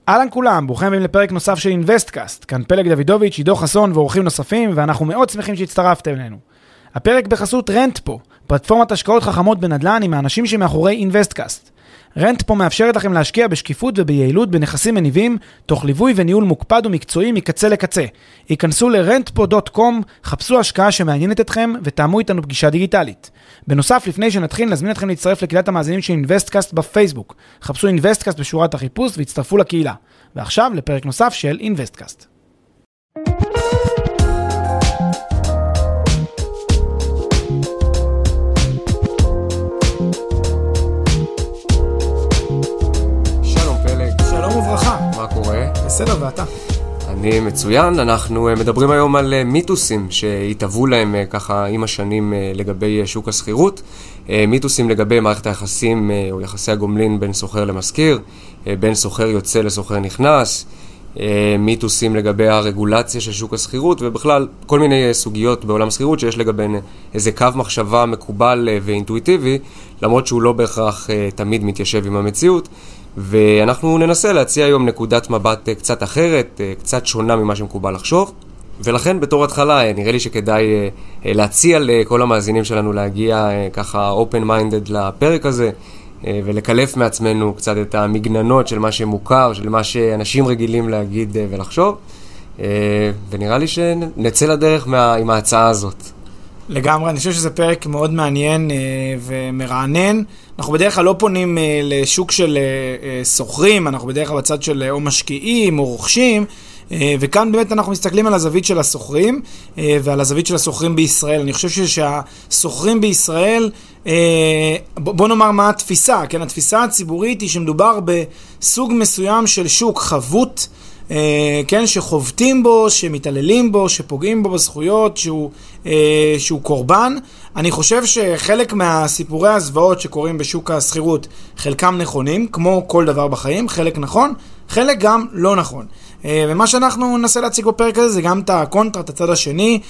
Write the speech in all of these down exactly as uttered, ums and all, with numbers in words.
אהלן כולם, ברוכים הבאים לפרק נוסף של אינבסטקאסט. כאן פלג דוידוביץ', עידו חסון ואורחים נוספים, ואנחנו מאוד שמחים שהצטרפתם אלינו. הפרק בחסות רנטפו, פלטפורמת השקעות חכמות בנדל"ן עם האנשים שמאחורי אינבסטקאסט. רנטפו מאפשרת לכם להשקיע בשקיפות וביעילות בנכסים מניבים, תוך ליווי וניהול מוקפד ומקצועי מקצה לקצה. היכנסו ל-רנטפו דוט קום, חפשו השקעה שמעניינת אתכם ותאמו איתנו פגישה דיגיטלית. בנוסף, לפני שנתחיל, נזמין אתכם להצטרף לקהילת המאזינים של אינבסטקאסט בפייסבוק. חפשו אינבסטקאסט בשורת החיפוש והצטרפו לקהילה. ועכשיו לפרק נוסף של אינבסטקאסט. שלום פלג. שלום וברכה. מה קורה? בסדר, ואתה? אני מצוין. אנחנו מדברים היום על מיתוסים שהתהוו להם ככה עם השנים לגבי שוק הסחירות. מיתוסים לגבי מערכת היחסים או יחסי הגומלין בין סוחר למשכיר, בין סוחר יוצא לסוחר נכנס, מיתוסים לגבי הרגולציה של שוק הסחירות, ובכלל כל מיני סוגיות בעולם הסחירות שיש לגביהן איזה קו מחשבה מקובל ואינטואיטיבי, למרות שהוא לא בהכרח תמיד מתיישב עם המציאות. ואנחנו ננסה להציע היום נקודת מבט קצת אחרת, קצת שונה ממה שמקובל לחשוב. ולכן בתור התחלה נראה לי שכדאי להציע לכל המאזינים שלנו להגיע ככה open minded לפרק הזה, ולקלף מעצמנו קצת את המגננות של מה שמוכר, של מה שאנשים רגילים להגיד ולחשוב. ונראה לי שנצא לדרך מה, עם ההצעה הזאת. לגמרי, אני חושב שזה פרק מאוד מעניין ומרענן. אנחנו בדרך כלל לא פונים לשוק של סוחרים, אנחנו בדרך כלל בצד של או משקיעים או רוכשים, וכאן באמת אנחנו מסתכלים על הזווית של הסוחרים ועל הזווית של הסוחרים בישראל. אני חושב שהסוחרים בישראל, בוא נאמר מה התפיסה, כן? התפיסה הציבורית היא שמדובר בסוג מסוים של שוק חבוט, כן, שחובטים בו, שמתעללים בו, שפוגעים בו בזכויות, שהוא, שהוא קורבן. אני חושב שחלק מהסיפורי הזוועות שקורים בשוק הסחירות, חלקם נכונים, כמו כל דבר בחיים, חלק נכון, חלק גם לא נכון. ומה שאנחנו ננסה להציג בפרק הזה זה גם את הקונטרה, את הצד השני,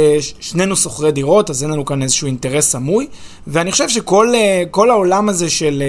שנינו סוחרי דירות, אז אין לנו כאן איזשהו אינטרס סמוי, ואני חושב שכל כל העולם הזה של,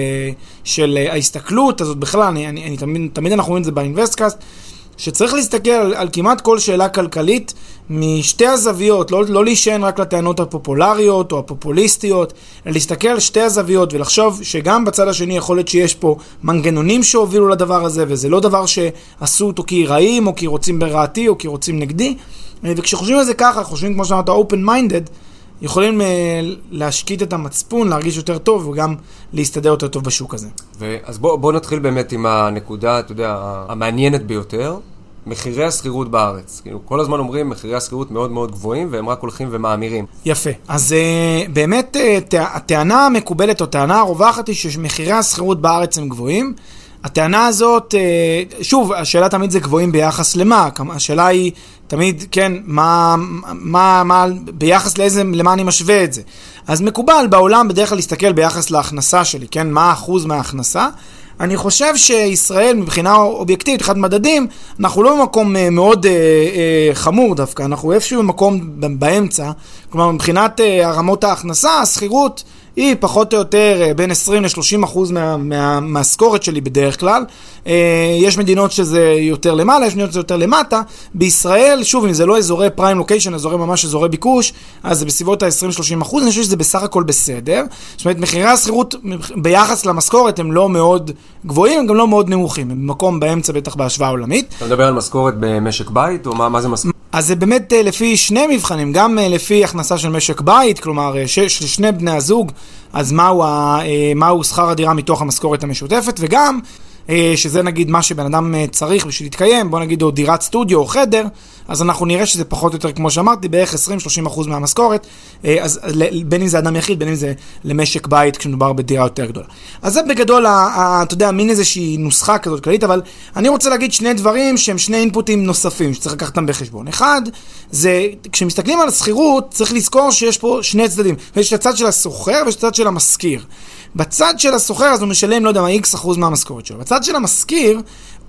של ההסתכלות הזאת בכלל, אני, אני, אני תמיד, תמיד אנחנו רואים את זה באינבסטקאסט, שצריך להסתכל על, על כמעט כל שאלה כלכלית משתי הזוויות, לא, לא להישען רק לטענות הפופולריות או הפופוליסטיות, אלא להסתכל על שתי הזוויות ולחשוב שגם בצד השני יכול להיות שיש פה מנגנונים שהובילו לדבר הזה, וזה לא דבר שעשו אותו כי רעים או כי רוצים ברעתי או כי רוצים נגדי. וכשחושבים על זה ככה, חושבים כמו שאמרת open minded, יכולים להשקיט את המצפון, להרגיש יותר טוב וגם להסתדר יותר טוב בשוק הזה. אז בוא, בוא נתחיל באמת עם הנקודה, אתה יודע, המעניינת ביותר, מחירי הסחירות בארץ. כאילו, כל הזמן אומרים מחירי הסחירות מאוד מאוד גבוהים, והם רק הולכים ומאמירים. יפה. אז באמת הטענה המקובלת או טענה הרווחת היא שמחירי הסחירות בארץ הם גבוהים. הטענה הזאת, שוב, השאלה תמיד זה גבוהים ביחס למה? השאלה היא תמיד, כן, מה, מה, מה, ביחס לאיזה, למה אני משווה את זה? אז מקובל בעולם בדרך כלל להסתכל ביחס להכנסה שלי, כן? מה האחוז מההכנסה? אני חושב שישראל מבחינה אובייקטיבית, אחד מדדים, אנחנו לא במקום מאוד אה, אה, חמור דווקא, אנחנו איפשהו במקום באמצע, כלומר מבחינת אה, הרמות ההכנסה, הסחירות, היא פחות או יותר בין עשרים ל-שלושים אחוז מה, מה, מהסקורת שלי בדרך כלל. יש מדינות שזה יותר למעלה, יש מדינות שזה יותר למטה. בישראל, שוב, אם זה לא אזורי פריים לוקיישן, אזורי ממש אזורי ביקוש, אז זה בסביבות ה-עשרים שלושים אחוז. אני חושב שזה בסך הכל בסדר. זאת אומרת, מחירי הסחירות ביחס למשכורת הם לא מאוד גבוהים, הם גם לא מאוד נמוכים. הם במקום באמצע בטח בהשוואה עולמית. אתה מדבר על משכורת במשק בית, או מה, מה זה משכורת? אז זה באמת לפי שני מבחנים, גם לפי הכנסה של משק בית, כלומר של שני בני הזוג, אז מהו, מהו שכר הדירה מתוך המשכורת המשותפת, וגם שזה נגיד מה שבן אדם צריך בשביל להתקיים, בוא נגיד או דירת סטודיו או חדר, אז אנחנו נראה שזה פחות או יותר כמו שאמרתי, בערך עשרים שלושים אחוז מהמשכורת, אז בין אם זה אדם יחיד, בין אם זה למשק בית כשמדובר בדירה יותר גדולה. אז זה בגדול, אתה יודע, מין איזושהי נוסחה כזאת כללית, אבל אני רוצה להגיד שני דברים שהם שני אינפוטים נוספים שצריך לקחת אותם בחשבון. אחד, זה כשמסתכלים על הסחירות, צריך לזכור שיש פה שני צדדים, ויש את הצד של הסוחר ויש את הצד של המשכיר. בצד של הסוחר אז הוא משלם, לא יודע מה, X אחוז מהמשכורת שלו. בצד של המשכיר,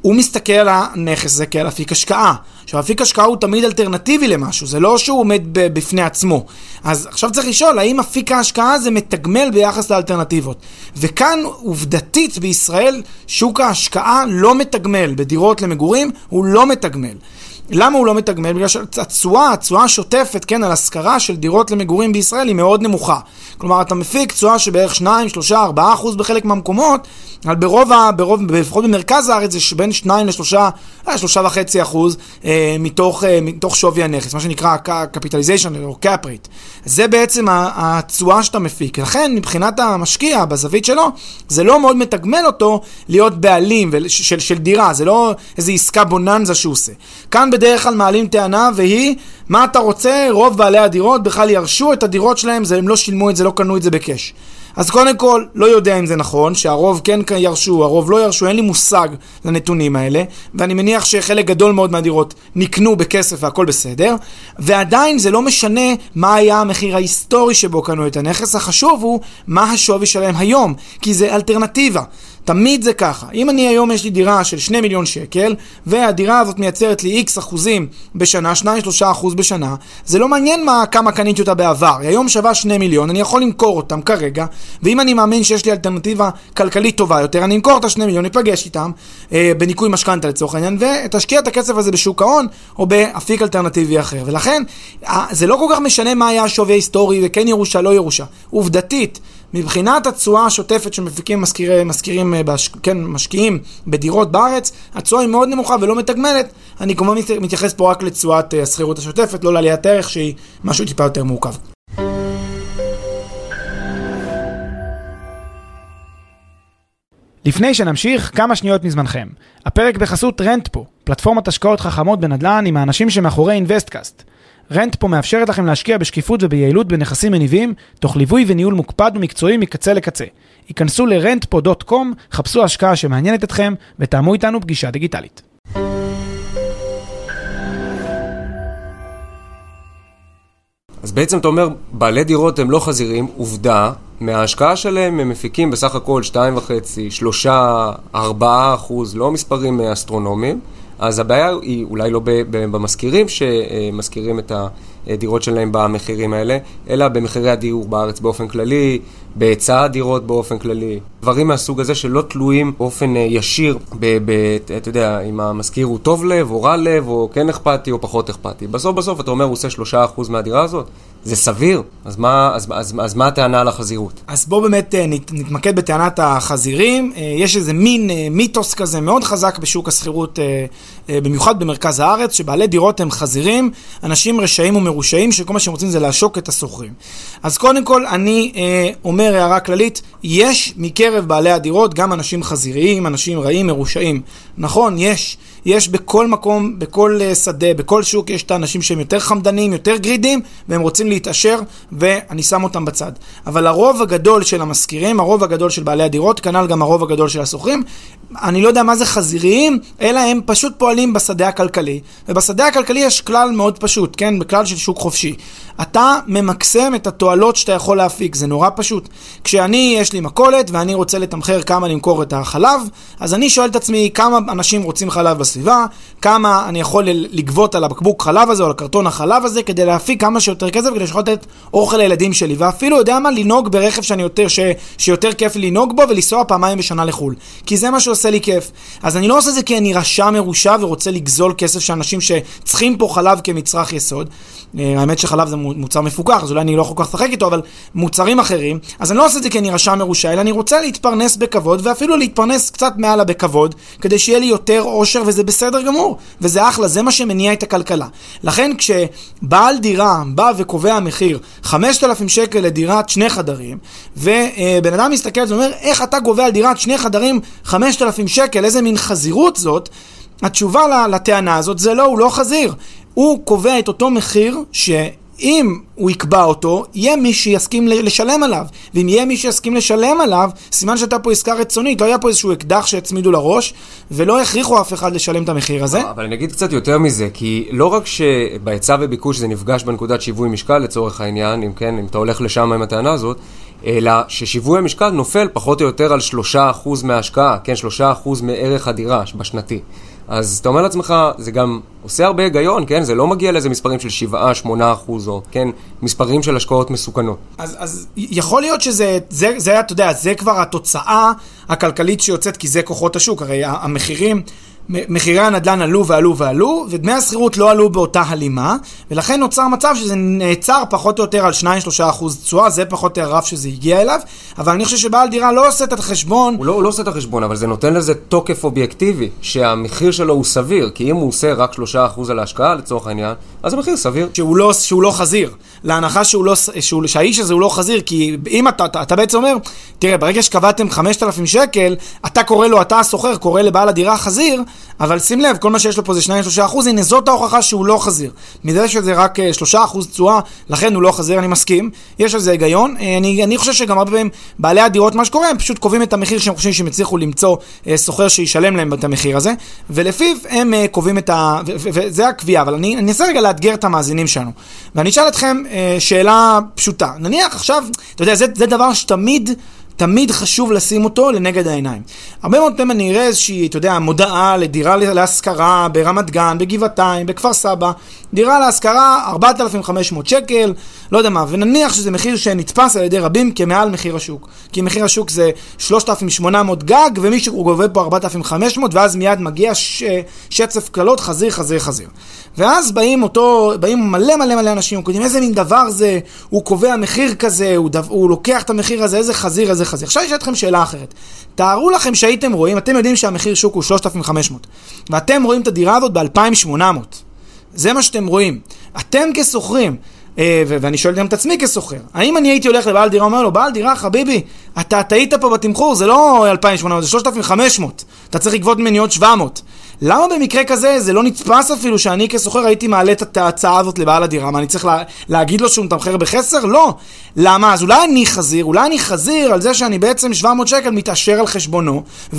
הוא מסתכל על הנכס הזה כעל אפיק השקעה. עכשיו, אפיק השקעה הוא תמיד אלטרנטיבי למשהו, זה לא שהוא עומד בפני עצמו. אז עכשיו צריך לשאול, האם אפיק ההשקעה הזה מתגמל ביחס לאלטרנטיבות? וכאן, עובדתית בישראל, שוק ההשקעה לא מתגמל. בדירות למגורים הוא לא מתגמל. למה הוא לא מתגמל? בגלל שהצועה, הצועה השוטפת, כן, על השכרה של דירות למגורים בישראל היא מאוד נמוכה. כלומר, אתה מפיק צועה שבערך שניים, שלושה, ארבעה אחוז בחלק מהמקומות, אבל ברוב, ברוב, לפחות במרכז הארץ זה בין שניים לשלושה, שלושה וחצי אחוז אה, מתוך, אה, מתוך שווי הנכס, מה שנקרא capitalization או cap rate. זה בעצם הצועה שאתה מפיק. לכן, מבחינת המשקיע, בזווית שלו, זה לא מאוד מתגמל אותו להיות בעלים של, של דירה, זה לא איזו עסקה בוננזה שהוא עושה. כאן בדרך כלל מעלים טענה, והיא, מה אתה רוצה? רוב בעלי הדירות בכלל ירשו את הדירות שלהם, זה, הם לא שילמו את זה, לא קנו את זה בקש. אז קודם כל, לא יודע אם זה נכון, שהרוב כן ירשו, הרוב לא ירשו, אין לי מושג לנתונים האלה, ואני מניח שחלק גדול מאוד מהדירות נקנו בכסף והכל בסדר, ועדיין זה לא משנה מה היה המחיר ההיסטורי שבו קנו את הנכס, החשוב הוא מה השווי שלהם היום, כי זה אלטרנטיבה. תמיד זה ככה. אם אני היום יש לי דירה של שני מיליון שקל, והדירה הזאת מייצרת לי איקס אחוזים בשנה, שניים, שלושה אחוז בשנה, זה לא מעניין מה, כמה קניתי אותה בעבר. היום שווה שני מיליון, אני יכול למכור אותם כרגע, ואם אני מאמין שיש לי אלטרנטיבה כלכלית טובה יותר, אני אמכור את השני מיליון, נפגש איתם, אה, בניקוי משכנתא לצורך העניין, ותשקיע את הכסף הזה בשוק ההון, או באפיק אלטרנטיבי אחר. ולכן, זה לא כל כך משנה מה היה השווי ההיסטורי, וכן ירושה, לא ירושה. עובדתית, מבחינת התשואה השוטפת שמפיקים מזכירי, מזכירים, כן, משקיעים בדירות בארץ, התשואה היא מאוד נמוכה ולא מתגמלת. אני כמובן מתייחס פה רק לתשואת השכירות השוטפת, לא לעליית ערך שהיא משהו טיפה יותר מורכב. לפני שנמשיך, כמה שניות מזמנכם. הפרק בחסות רנטפו, פלטפורמת השקעות חכמות בנדל"ן עם האנשים שמאחורי אינבסטקאסט. רנטפו מאפשרת לכם להשקיע בשקיפות וביעילות בנכסים מניבים, תוך ליווי וניהול מוקפד ומקצועי מקצה לקצה. היכנסו ל-רנטפו דוט קום, חפשו השקעה שמעניינת אתכם, ותאמו איתנו פגישה דיגיטלית. אז בעצם אתה אומר, בעלי דירות הם לא חזירים, עובדה, מההשקעה שלהם הם מפיקים בסך הכל שתיים וחצי, שלושה, ארבעה אחוז, לא מספרים אסטרונומיים. אז הבעיה היא אולי לא במזכירים שמזכירים את הדירות שלהם במחירים האלה, אלא במחירי הדיור בארץ באופן כללי, בהיצע הדירות באופן כללי. דברים מהסוג הזה שלא תלויים באופן ישיר, ב, ב, אתה יודע, אם המזכיר הוא טוב לב או רע לב, או כן אכפתי או פחות אכפתי. בסוף בסוף אתה אומר, הוא עושה שלושה אחוז מהדירה הזאת. זה סביר. אז מה, אז, אז, אז מה הטענה על החזירות? אז בואו באמת נתמקד בטענת החזירים. יש איזה מין מיתוס כזה מאוד חזק בשוק השכירות, במיוחד במרכז הארץ, שבעלי דירות הם חזירים, אנשים רשעים ומרושעים, שכל מה שהם רוצים זה לעשוק את השוכרים. אז קודם כל, אני אומר הערה כללית, יש מקרב בעלי הדירות גם אנשים חזיריים, אנשים רעים, מרושעים. נכון, יש. יש בכל מקום, בכל שדה, בכל שוק, יש את האנשים שהם יותר חמדנים, יותר גרידים, והם רוצים להתעשר, ואני שם אותם בצד. אבל הרוב הגדול של המזכירים, הרוב הגדול של בעלי הדירות, כנ"ל גם הרוב הגדול של השוכרים, אני לא יודע מה זה חזיריים, אלא הם פשוט פועלים בשדה הכלכלי. ובשדה הכלכלי יש כלל מאוד פשוט, כן? בכלל של שוק חופשי. אתה ממקסם את התועלות שאתה יכול להפיק, זה נורא פשוט. כשאני, יש לי מכולת, ואני רוצה לתמחר כמה למכור את החלב, אז אני שואל את עצמי כמה אנשים רוצים חלב בסביבה, כמה אני יכול לגבות על הבקבוק חלב הזה, או על הקרטון החלב הזה, כדי להפיק כמה שיותר כסף, כדי שיכול לתת אוכל לילדים שלי. ואפילו יודע מה, לנהוג ברכב שאני יותר, ש, שיותר כיף לי לנהוג בו, ולנסוע פעמיים בשנה לחול. כי זה מה שעושה לי כיף. אז אני לא עושה זה כי אני רשע מרושע, ורוצה לגזול כסף של אנשים שצריכים פה חלב כמצרך יסוד. האמת שחלב זה מוצר מפוקח, אז אולי אני לא כל כך שחק איתו, אבל מוצרים אחרים. אז אני לא עושה את זה כי אני רשע מרושע, אלא אני רוצה להתפרנס בכבוד, ואפילו להתפרנס קצת מעלה בכבוד, כדי שיהיה לי יותר עושר, וזה בסדר גמור. וזה אחלה, זה מה שמניע את הכלכלה. לכן כשבעל דירה בא וקובע מחיר חמשת אלפים שקל לדירת שני חדרים, ובן אדם מסתכל ואומר, איך אתה גובה על דירת שני חדרים חמשת אלפים שקל, איזה מין חזירות זאת? התשובה לטענה הזאת זה לא, הוא לא חזיר. הוא קובע את אותו מחיר שאם הוא יקבע אותו, יהיה מי שיסכים לשלם עליו. ואם יהיה מי שיסכים לשלם עליו, סימן שאתה פה עסקה רצונית, לא היה פה איזשהו אקדח שהצמידו לראש, ולא הכריחו אף אחד לשלם את המחיר הזה. אבל אני אגיד קצת יותר מזה, כי לא רק שבהיצע וביקוש זה נפגש בנקודת שיווי משקל לצורך העניין, אם כן, אם אתה הולך לשם עם הטענה הזאת, אלא ששיווי המשקל נופל פחות או יותר על שלושה אחוז מההשקעה, כן, שלושה אחוז מערך הדירה בשנתי. אז אתה אומר לעצמך, זה גם עושה הרבה היגיון, כן? זה לא מגיע לאיזה מספרים של שבעה, שמונה אחוז, או, כן, מספרים של השקעות מסוכנות. אז, אז יכול להיות שזה, זה, זה, אתה יודע, זה כבר התוצאה הכלכלית שיוצאת, כי זה כוחות השוק. הרי המחירים, מחירי הנדלן עלו ועלו ועלו, ודמי הסחירות לא עלו באותה הלימה, ולכן נוצר מצב שזה נעצר פחות או יותר על שניים שלושה אחוז תשואה, זה פחות או יותר רף שזה הגיע אליו, אבל אני חושב שבעל דירה לא עושה את החשבון. הוא לא, הוא לא עושה את החשבון, אבל זה נותן לזה תוקף אובייקטיבי, שהמחיר שלו הוא סביר, כי אם הוא עושה רק שלושה אחוז על ההשקעה לצורך העניין, אז המחיר סביר. שהוא לא, שהוא לא חזיר. להנחה שהוא לא, שהוא, שהאיש הזה הוא לא חזיר, כי אם אתה, אתה, אתה בעצם אומר, תראה, ברגע שקבעתם חמשת אלפים שקל, אתה קורא לו, אתה הסוחר, קורא לבעל הדירה חזיר, אבל שים לב, כל מה שיש לו פה זה שניים שלושה אחוז, הנה זאת ההוכחה שהוא לא חזיר. מזה שזה רק שלושה אחוז תשואה, לכן הוא לא חזיר, אני מסכים. יש על זה היגיון. אני, אני חושב שגם הרבה פעמים בעלי הדירות, מה שקורה, הם פשוט קובעים את המחיר שהם חושבים שהם הצליחו למצוא סוחר שישלם להם את המחיר הזה, ולפיו הם קובעים את ה... ו- ו- וזה הקביעה, אבל אני, אני אנסה רגע לאתגר את המאזינים שלנו. ואני אשאל אתכם שאלה פשוטה. נניח עכשיו, אתה יודע, זה, זה דבר שתמיד... תמיד חשוב לשים אותו לנגד העיניים. הרבה מאוד פעמים אני אראה איזושהי, אתה יודע, מודעה לדירה להשכרה ברמת גן, בגבעתיים, בכפר סבא, דירה להשכרה ארבעת אלפים וחמש מאות שקל, לא יודע מה, ונניח שזה מחיר שנתפס על ידי רבים כמעל מחיר השוק. כי מחיר השוק זה שלושת אלפים ושמונה מאות גג, ומישהו גובה פה ארבעת אלפים וחמש מאות, ואז מיד מגיע ש... שצף כללות, חזיר, חזיר, חזיר. ואז באים אותו, באים מלא מלא מלא אנשים, וכותבים איזה מין דבר זה, הוא קובע מחיר כזה, הוא, דו... הוא לוקח את המחיר הזה, איזה חזיר, איזה חזיר. עכשיו יש אתכם שאלה אחרת. תארו לכם שהייתם רואים, אתם יודעים שהמחיר שוק הוא שלושת אלפים וחמש מאות, ואתם רואים את הדירה הזאת ב-אלפיים ושמונה מאות. זה מה שאתם רואים. אתם כסוחרים, ו- ואני שואל גם את עצמי כסוחר, האם אני הייתי הולך לבעל דירה, אומר לו, בעל דירה, חביבי, אתה טעית פה בתמחור, זה לא אלפיים ושמונה מאות, זה שלושת אלפים וחמש מאות. אתה צריך לגבות ממני עוד שבע מאות. למה במקרה כזה זה לא נתפס אפילו שאני כסוחר הייתי מעלה את ההצעה הזאת לבעל הדירה? מה, אני צריך לה, להגיד לו שהוא מתמחר בחסר? לא. למה? אז אולי אני חזיר, אולי אני חזיר על זה שאני בעצם שבע מאות שקל מתעשר על חשבונו,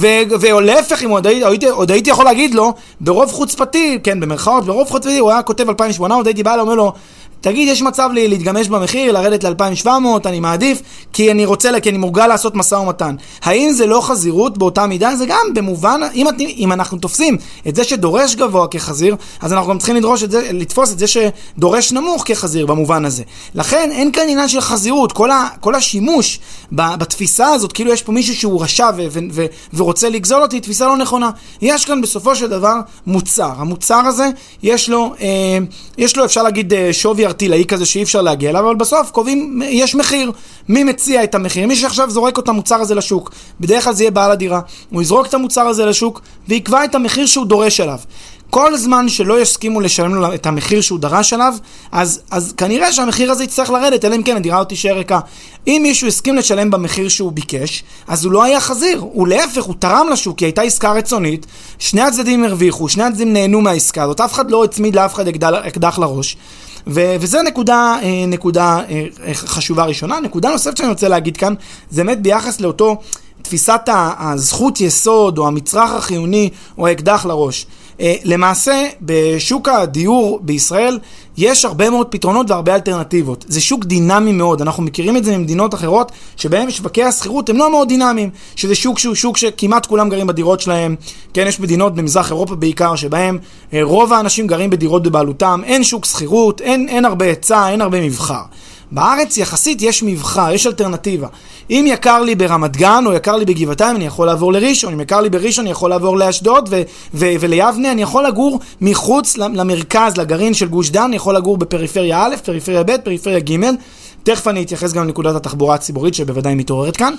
ולהפך, אם עוד הייתי, עוד הייתי יכול להגיד לו, ברוב חוצפתי, כן, במרכאות, ברוב חוצפתי, הוא היה כותב אלפיים ושמונה מאות, הייתי בא לו, אומר לו, תגיד, יש מצב לי להתגמש במחיר, לרדת ל-אלפיים ושבע מאות, אני מעדיף, כי אני רוצה, כי אני מורגל לעשות משא ומתן. האם זה לא חזירות באותה מידה? זה גם במובן, אם, אם אנחנו תופסים את זה שדורש גבוה כחזיר, אז אנחנו גם צריכים לדרוש את זה, לתפוס את זה שדורש נמוך כחזיר במובן הזה. לכן אין כאן עניין של חזירות, כל, ה, כל השימוש בתפיסה הזאת, כאילו יש פה מישהו שהוא רשע ו, ו, ו, ורוצה לגזול אותי, תפיסה לא נכונה. יש כאן בסופו של דבר מוצר. המוצר הזה, יש לו, אה, יש לו, אפשר להגיד, שווי ארטילאי כזה שאי אפשר להגיע אליו, אבל בסוף קובעים, יש מחיר. מי מציע את המחיר? מי שעכשיו זורק את המוצר הזה לשוק, בדרך כלל זה יהיה בעל הדירה. הוא יזרוק את המוצר הזה לשוק ויקבע את המחיר שהוא דורש עליו. כל זמן שלא יסכימו לשלם לו את המחיר שהוא דרש עליו, אז, אז כנראה שהמחיר הזה יצטרך לרדת, אלא אם כן הדירה עוד תישאר ריקה. אם מישהו הסכים לשלם במחיר שהוא ביקש, אז הוא לא היה חזיר, הוא להפך, הוא תרם לשוק, כי הייתה עסקה רצונית, שני הצדדים הרוויחו, שני הצדדים נהנו מהעסקה הזאת, אף אחד לא הצמיד לאף אחד אקדח לראש. ו- וזה נקודה, נקודה חשובה ראשונה. נקודה נוספת שאני רוצה להגיד כאן, זה באמת ביחס לאותו תפיסת הזכות יסוד, או המצרך החיוני, או האקדח לראש. למעשה, בשוק הדיור בישראל, יש הרבה מאוד פתרונות והרבה אלטרנטיבות. זה שוק דינמי מאוד. אנחנו מכירים את זה ממדינות אחרות, שבהם שווקי הסחירות הם לא מאוד דינמיים. שזה שוק שהוא שוק שכמעט כולם גרים בדירות שלהם. כן, יש מדינות במזרח אירופה בעיקר, שבהם רוב האנשים גרים בדירות בבעלותם. אין שוק סחירות, אין, אין הרבה היצע, אין הרבה מבחר. בארץ יחסית יש מבחר, יש אלטרנטיבה. אם יקר לי ברמת גן או יקר לי בגבעתיים, אני יכול לעבור לראשון. אם יקר לי בראשון, אני יכול לעבור לאשדוד ו- ו- וליבנה. אני יכול לגור מחוץ למרכז, לגרעין של גוש דן. אני יכול לגור בפריפריה א', פריפריה ב', פריפריה ג'. תכף אני אתייחס גם לנקודת התחבורה הציבורית שבוודאי מתעוררת כאן.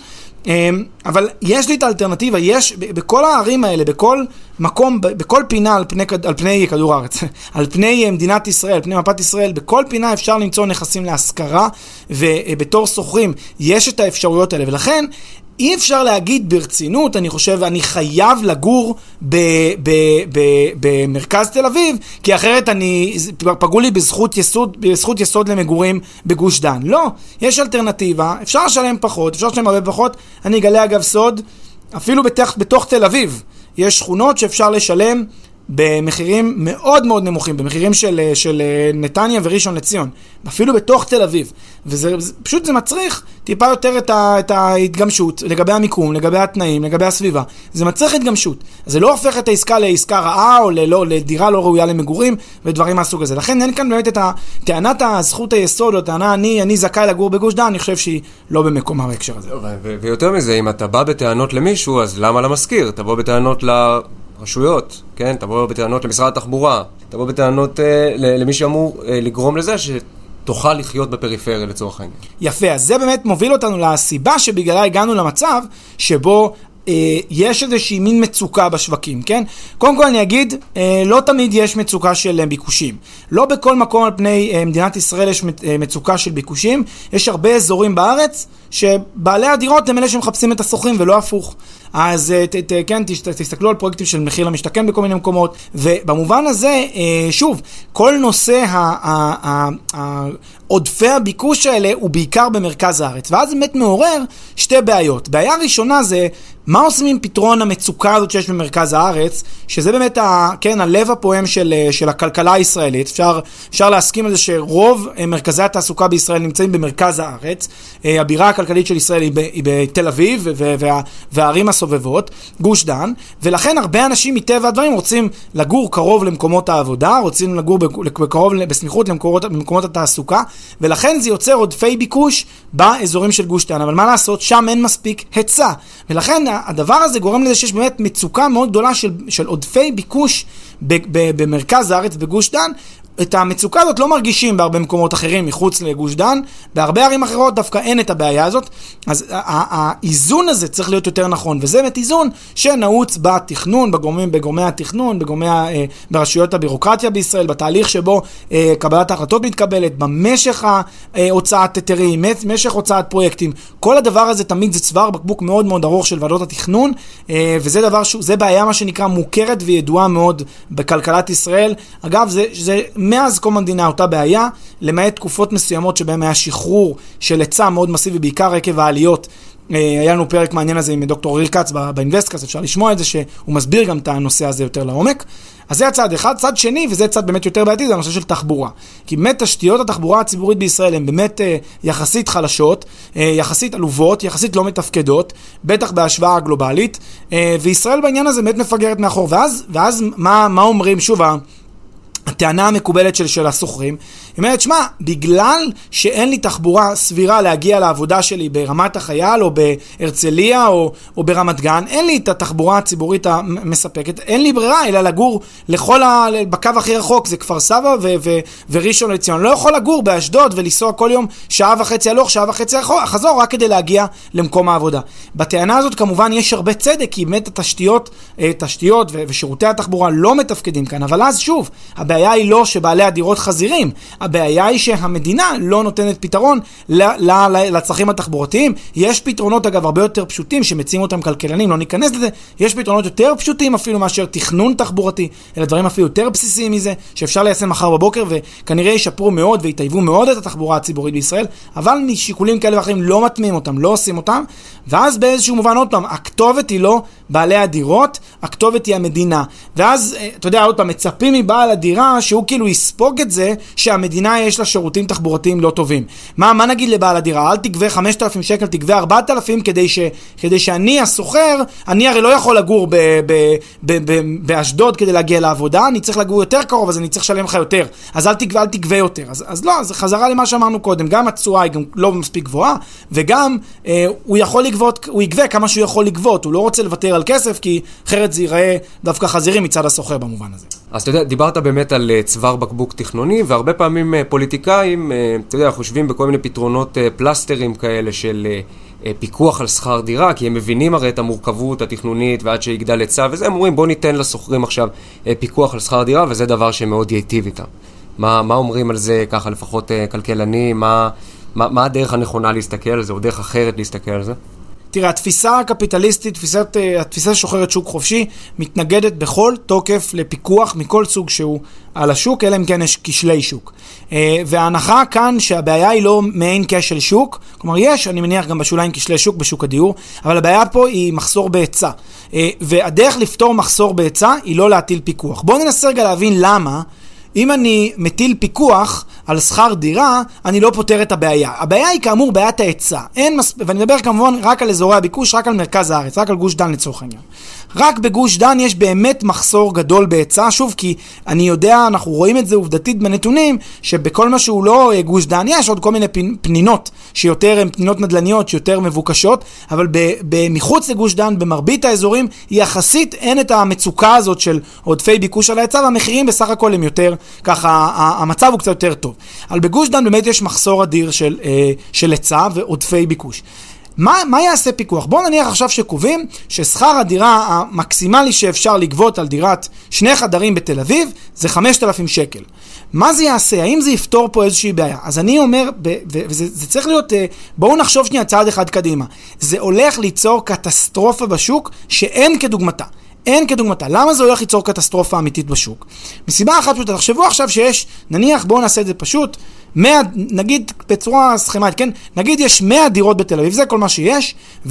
אבל יש לי את האלטרנטיבה, יש בכל הערים האלה, בכל מקום, בכל פינה על פני, על פני כדור הארץ, על פני מדינת ישראל, על פני מפת ישראל, בכל פינה אפשר למצוא נכסים להשכרה, ובתור סוחרים יש את האפשרויות האלה, ולכן אי אפשר להגיד ברצינות, אני חושב, אני חייב לגור במרכז תל אביב, כי אחרת אני, פגעו לי בזכות יסוד, בזכות יסוד למגורים בגוש דן. לא, יש אלטרנטיבה, אפשר לשלם פחות, אפשר לשלם הרבה פחות. אני אגלה אגב סוד, אפילו בתוך, בתוך תל אביב, יש שכונות שאפשר לשלם במחירים מאוד מאוד נמוכים, במחירים של, של נתניה וראשון לציון, אפילו בתוך תל אביב. וזה פשוט זה מצריך טיפה יותר את, ה, את ההתגמשות לגבי המיקום, לגבי התנאים, לגבי הסביבה. זה מצריך התגמשות. זה לא הופך את העסקה לעסקה רעה או ללא, לדירה לא ראויה למגורים ודברים מהסוג הזה. לכן אין כאן באמת את טענת הזכות היסוד או טענה אני, אני זכאי לגור בגוש דן, אני חושב שהיא לא במקומה בהקשר הזה. ויותר מזה, אם אתה בא בטענות למישהו, אז למה למזכיר? תבוא בטענות לרשויות, כן? תבוא בטענות למשרד התחבורה, תבוא בטענות אה, למי שאמור אה, לגרום לזה שתוכל לחיות בפריפריה לצורך העניין. יפה, אז זה באמת מוביל אותנו לסיבה שבגללה הגענו למצב שבו אה, יש איזושהי מין מצוקה בשווקים, כן? קודם כל אני אגיד, אה, לא תמיד יש מצוקה של ביקושים. לא בכל מקום על פני אה, מדינת ישראל יש מצוקה של ביקושים. יש הרבה אזורים בארץ שבעלי הדירות הם אלה שמחפשים את הסוחרים ולא הפוך. אז ת, ת, כן, תסתכלו על פרויקטים של מחיר למשתכן בכל מיני מקומות, ובמובן הזה, שוב, כל נושא עודפי הביקוש האלה הוא בעיקר במרכז הארץ, ואז באמת מעורר שתי בעיות. בעיה ראשונה זה, מה עושים עם פתרון המצוקה הזאת שיש במרכז הארץ, שזה באמת ה, כן, הלב הפועם של, של הכלכלה הישראלית. אפשר, אפשר להסכים על זה שרוב מרכזי התעסוקה בישראל נמצאים במרכז הארץ, הבירה הכלכלית של ישראל היא, ב, היא בתל אביב וה, והערים הסובבות, גוש דן, ולכן הרבה אנשים מטבע הדברים רוצים לגור קרוב למקומות העבודה, רוצים לגור בקרוב, בסמיכות למקומות, למקומות התעסוקה, ולכן זה יוצר עודפי ביקוש באזורים של גוש דן, אבל מה לעשות? שם אין מספיק היצע, ולכן הדבר הזה גורם לזה שיש באמת מצוקה מאוד גדולה של, של עודפי ביקוש ב, ב, במרכז הארץ בגוש דן. את המצוקה הזאת לא מרגישים בהרבה מקומות אחרים מחוץ לגוש דן, בהרבה ערים אחרות דווקא אין את הבעיה הזאת, אז האיזון הזה צריך להיות יותר נכון, וזה באמת איזון שנעוץ בתכנון, בגורמים, בגורמי התכנון, בגורמי, ברשויות הבירוקרטיה בישראל, בתהליך שבו קבלת ההחלטות מתקבלת, במשך ההוצאת היתרים, משך הוצאת פרויקטים, כל הדבר הזה תמיד זה צוואר בקבוק מאוד מאוד ארוך של ועדות התכנון, וזה דבר, זה בעיה מה שנקרא מוכרת וידועה מאוד בכלכלת ישראל. אגב, זה, זה מאז קום המדינה אותה בעיה, למעט תקופות מסוימות שבהם היה שחרור של היצע מאוד מסיבי, בעיקר עקב העליות. היה לנו פרק מעניין הזה עם דוקטור ריר קץ באינבסטקאסט, אפשר לשמוע את זה שהוא מסביר גם את הנושא הזה יותר לעומק. אז זה הצד אחד. צד שני, וזה צד באמת יותר בעייתי, זה הנושא של תחבורה. כי באמת תשתיות התחבורה הציבורית בישראל הן באמת יחסית חלשות, יחסית עלובות, יחסית לא מתפקדות, בטח בהשוואה גלובלית, וישראל בעניין הזה באמת מפגרת מאחור. ואז, ואז מה, מה אומרים? שוב, הטענה המקובלת של, של הסוחרים, היא אומרת, שמה, בגלל שאין לי תחבורה סבירה להגיע לעבודה שלי ברמת החייל או בהרצליה או, או ברמת גן, אין לי את התחבורה הציבורית המספקת, אין לי ברירה אלא לגור לכל ה... בקו הכי רחוק, זה כפר סבא ו, ו, וראשון לציון. לא יכול לגור באשדוד ולנסוע כל יום שעה וחצי הלוך, שעה וחצי חזור, רק כדי להגיע למקום העבודה. בטענה הזאת כמובן יש הרבה צדק, כי באמת התשתיות, תשתיות ושירותי התחבורה לא מתפקדים כאן, אבל אז שוב, הבעיה היא לא שבעלי הדירות חזירים, הבעיה היא שהמדינה לא נותנת פתרון לצרכים התחבורתיים. יש פתרונות אגב הרבה יותר פשוטים שמציעים אותם כלכלנים, לא ניכנס לזה, יש פתרונות יותר פשוטים אפילו מאשר תכנון תחבורתי, אלה דברים אפילו יותר בסיסיים מזה, שאפשר ליישם מחר בבוקר וכנראה ישפרו מאוד ויטייבו מאוד את התחבורה הציבורית בישראל, אבל משיקולים כאלה ואחרים לא מטמיעים אותם, לא עושים אותם, ואז באיזשהו מובן עוד פעם, הכתובת היא לא בעלי הדירות, הכתובת היא המדינה. ואז, אתה יודע, עוד פעם, מצפים מבעל הדירה שהוא כאילו יספוג את זה שהמדינה יש לה שירותים תחבורתיים לא טובים. מה, מה נגיד לבעל הדירה? אל תגבה חמשת אלפים שקל, תגבה ארבעת אלפים כדי ש, כדי שאני הסוחר, אני הרי לא יכול לגור ב, ב, ב, ב, באשדוד כדי להגיע לעבודה, אני צריך לגור יותר קרוב, אז אני צריך לשלם לך יותר. אז אל תגבה, אל תגבה יותר. אז, אז לא, זה חזרה למה שאמרנו קודם, גם התשואה היא גם לא מספיק גבוהה, וגם אה, הוא יכול לגבות, הוא יגבה כמה שהוא יכול לגבות, הוא לא רוצה לוותר על כסף, כי אחרת זה ייראה דווקא חזירים מצד הסוחר במובן הזה. אז אתה יודע, דיברת באמת על צוואר בקבוק תכנוני, והרבה פעמים פוליטיקאים, אתה יודע, חושבים בכל מיני פתרונות פלסטרים כאלה של פיקוח על שכר דירה, כי הם מבינים הרי את המורכבות התכנונית ועד שיגדל היצע, וזה הם אומרים, בוא ניתן לסוחרים עכשיו פיקוח על שכר דירה, וזה דבר שמאוד ייטיב איתם. מה, מה אומרים על זה ככה, לפחות כלכלני, מה, מה, מה הדרך הנכונה להסתכל על זה, או דרך אחרת להסתכל על זה? תראה, התפיסה הקפיטליסטית, תפיסת, התפיסה שוחרת שוק חופשי, מתנגדת בכל תוקף לפיקוח מכל סוג שהוא על השוק, אלא אם כן יש כשלי שוק. וההנחה כאן שהבעיה היא לא מעין כשל שוק, כלומר יש, אני מניח גם בשוליים כשלי שוק בשוק הדיור, אבל הבעיה פה היא מחסור בהיצע. והדרך לפתור מחסור בהיצע היא לא להטיל פיקוח. בואו ננסה רגע להבין למה, אם אני מטיל פיקוח על שכר דירה, אני לא פותר את הבעיה. הבעיה היא כאמור בעיית ההיצע. אין מס... ואני מדבר כמובן רק על אזורי הביקוש, רק על מרכז הארץ, רק על גוש דן לצורך העניין. רק בגוש דן יש באמת מחסור גדול בהיצע, שוב כי אני יודע, אנחנו רואים את זה עובדתית בנתונים, שבכל מה שהוא לא גוש דן יש עוד כל מיני פנינות, שיותר הן פנינות נדלניות, שיותר מבוקשות, אבל במחוץ לגוש דן, במרבית האזורים, יחסית אין את המצוקה הזאת של עודפי ביקוש על ההיצע, והמחירים בסך הכל הם יותר, ככה המצב הוא קצת יותר טוב. אבל בגוש דן באמת יש מחסור אדיר של, של היצע ועודפי ביקוש. מה, מה יעשה פיקוח? בואו נניח עכשיו שקובעים ששכר הדירה המקסימלי שאפשר לגבות על דירת שני חדרים בתל אביב זה חמשת אלפים שקל. מה זה יעשה? האם זה יפתור פה איזושהי בעיה? אז אני אומר, וזה זה צריך להיות, בואו נחשוב שנייה צעד אחד קדימה. זה הולך ליצור קטסטרופה בשוק שאין כדוגמתה. אין כדוגמתה. למה זה הולך ליצור קטסטרופה אמיתית בשוק? מסיבה אחת פשוטה, תחשבו עכשיו שיש, נניח, בואו נעשה את זה פשוט, מאה, נגיד בצורה סכמית, כן? נגיד יש מאה דירות בתל אביב, זה כל מה שיש,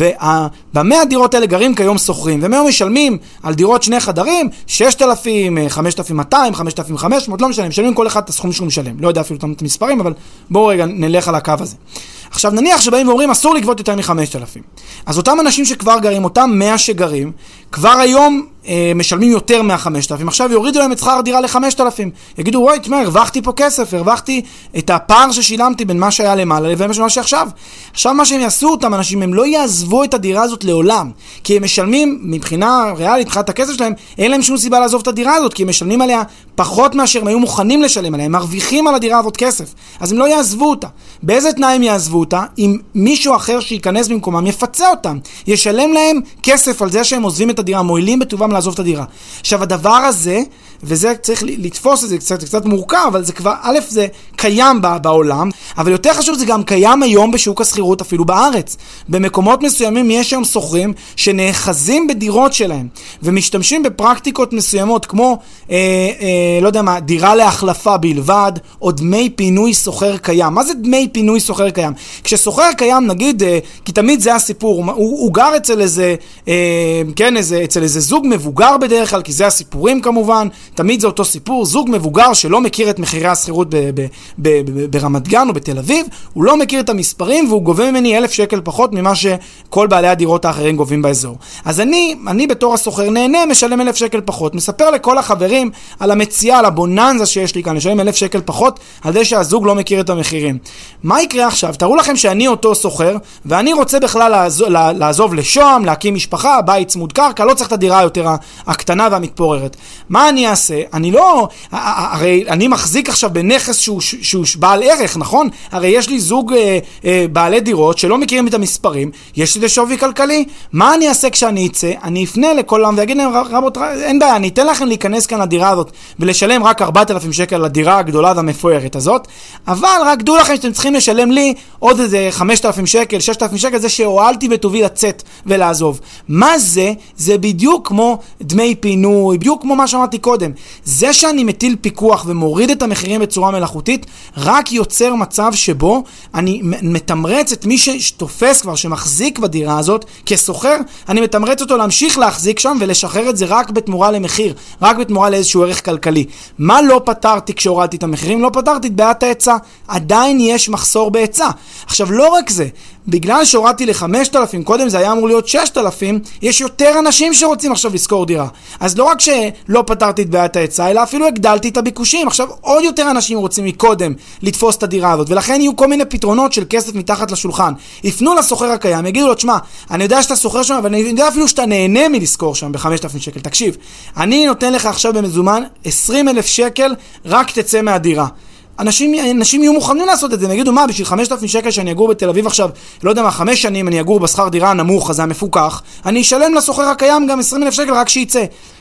ובמאה דירות האלה גרים כיום סוחרים, ומהיום משלמים על דירות שני חדרים, ששת אלפים, חמשת אלפים מאתיים, חמשת אלפים וחמש מאות, לא משלם, משלמים כל אחד את הסכום שהוא משלם. לא יודע אפילו את המספרים, אבל בואו רגע נלך על הקו הזה. עכשיו נניח שבאים ואומרים אסור לגבות יותר מ-חמשת אלפים. אז אותם אנשים שכבר גרים, אותם מאה שגרים, כבר היום אה, משלמים יותר מה-חמשת אלפים. עכשיו יורידו להם את שכר דירה ל-חמשת אלפים. יגידו, וואי, תשמע, הרווחתי פה כסף, הרווחתי את הפער ששילמתי בין מה שהיה למעלה לבין מה שעכשיו. עכשיו מה שהם יעשו אותם אנשים, הם לא יעזבו את הדירה הזאת לעולם. כי הם משלמים מבחינה ריאלית, מבחינת הכסף שלהם, אין להם שום סיבה לעזוב את הדירה הזאת, כי הם משלמים עליה פחות מאשר הם היו מוכנים לשלם עליה. הם מרוויחים על הדירה הזאת כסף. אז הם לא יעזבו אותה. באיזה תנאים יעזבו אותה? אם מישהו אחר שייכנס במקומם יפצה אותם, ישלם להם כסף על זה שהם עוזבים את הדירה, מועילים בטובם לעזוב את הדירה. עכשיו הדבר הזה, וזה צריך לתפוס את זה, קצת, קצת מורכב, אבל זה כבר, א', זה קיים בעולם, אבל יותר חשוב, זה גם קיים היום בשוק השכירות אפילו בארץ. במקומות מסוימים יש היום סוחרים שנאחזים בדירות שלהם, ומשתמשים בפרקטיקות מסוימות, כמו, אה, אה, לא יודע מה, דירה להחלפה בלבד, או דמי פינוי סוחר קיים. מה זה דמי פינוי סוחר קיים? כשסוחר קיים, נגיד, אה, כי תמיד זה הסיפור, הוא, הוא גר אצל איזה, אה, כן, איזה, אצל איזה זוג מבוגר בדרך כלל, כי זה הסיפורים כמובן, תמיד זה אותו סיפור, זוג מבוגר שלא מכיר את מחירי השכירות ברמת גן או בתל אביב, הוא לא מכיר את המספרים והוא גובה ממני אלף שקל פחות ממה שכל בעלי הדירות האחרים גובים באזור. אז אני, אני בתור הסוחר נהנה, משלם אלף שקל פחות, מספר לכל החברים על המציאה, על הבוננזה שיש לי כאן, לשלם אלף שקל פחות על זה שהזוג לא מכיר את המחירים. מה יקרה עכשיו? תראו לכם שאני אותו סוחר, ואני רוצה בכלל לעזוב, לעזוב לשום, להקים משפחה, בית צמוד קרקע, לא צריך את הדירה יותר הקטנה והמתפוררת. מה אני אעשה? אני לא, הרי אני מחזיק עכשיו בנכס שהוא, שהוא בעל ערך, נכון? הרי יש לי זוג אה, אה, בעלי דירות שלא מכירים את המספרים, יש לי שווי כלכלי. מה אני אעשה כשאני אצא? אני אפנה לכולם ויגיד להם, רבות, אין בעיה, אני אתן לכם להיכנס כאן לדירה הזאת ולשלם רק ארבעת אלפים שקל לדירה הגדולה והמפוארת הזאת, אבל רק דעו לכם שאתם צריכים לשלם לי עוד איזה חמשת אלפים שקל, ששת אלפים שקל, זה שהועלתי בטובי לצאת ולעזוב. מה זה? זה בדיוק כמו דמי פינוי, בדיוק כמו מה שאמרתי קודם. זה שאני מטיל פיקוח ומוריד את המחירים בצורה מלאכותית, רק יוצר מצב שבו אני מתמרץ את מי שתופס כבר, שמחזיק בדירה הזאת, כסוחר, אני מתמרץ אותו להמשיך להחזיק שם ולשחרר את זה רק בתמורה למחיר, רק בתמורה לאיזשהו ערך כלכלי. מה לא פתרתי כשהורדתי את המחירים? לא פתרתי את בעיית ההיצע. עדיין יש מחסור בהיצע. עכשיו, לא רק זה, בגלל שהורדתי ל-חמשת אלפים, קודם זה היה אמור להיות ששת אלפים, יש יותר אנשים שרוצים עכשיו לשכור דירה. אז לא רק שלא פתרתי את בעיית ההיצע, אלא אפילו הגדלתי את הביקושים. עכשיו עוד יותר אנשים רוצים מקודם לתפוס את הדירה הזאת, ולכן יהיו כל מיני פתרונות של כסף מתחת לשולחן. יפנו לסוחר הקיים, יגידו לו, תשמע, אני יודע שאתה סוחר שם, אבל אני יודע אפילו שאתה נהנה מלשכור שם ב-חמשת אלפים שקל. תקשיב, אני נותן לך עכשיו במזומן עשרים אלף שקל, רק תצא מהדירה. אנשים, אנשים יהיו מוכנים לעשות את זה, נגידו, מה, בשביל חמשת אלפים שקל שאני אגור בתל אביב עכשיו, לא יודע מה, חמש שנים אני אגור בשכר דירה הנמוך הזה, המפוקח, אני אשלם לסוחר הקיים גם עשרים אלף שקל רק שייצא.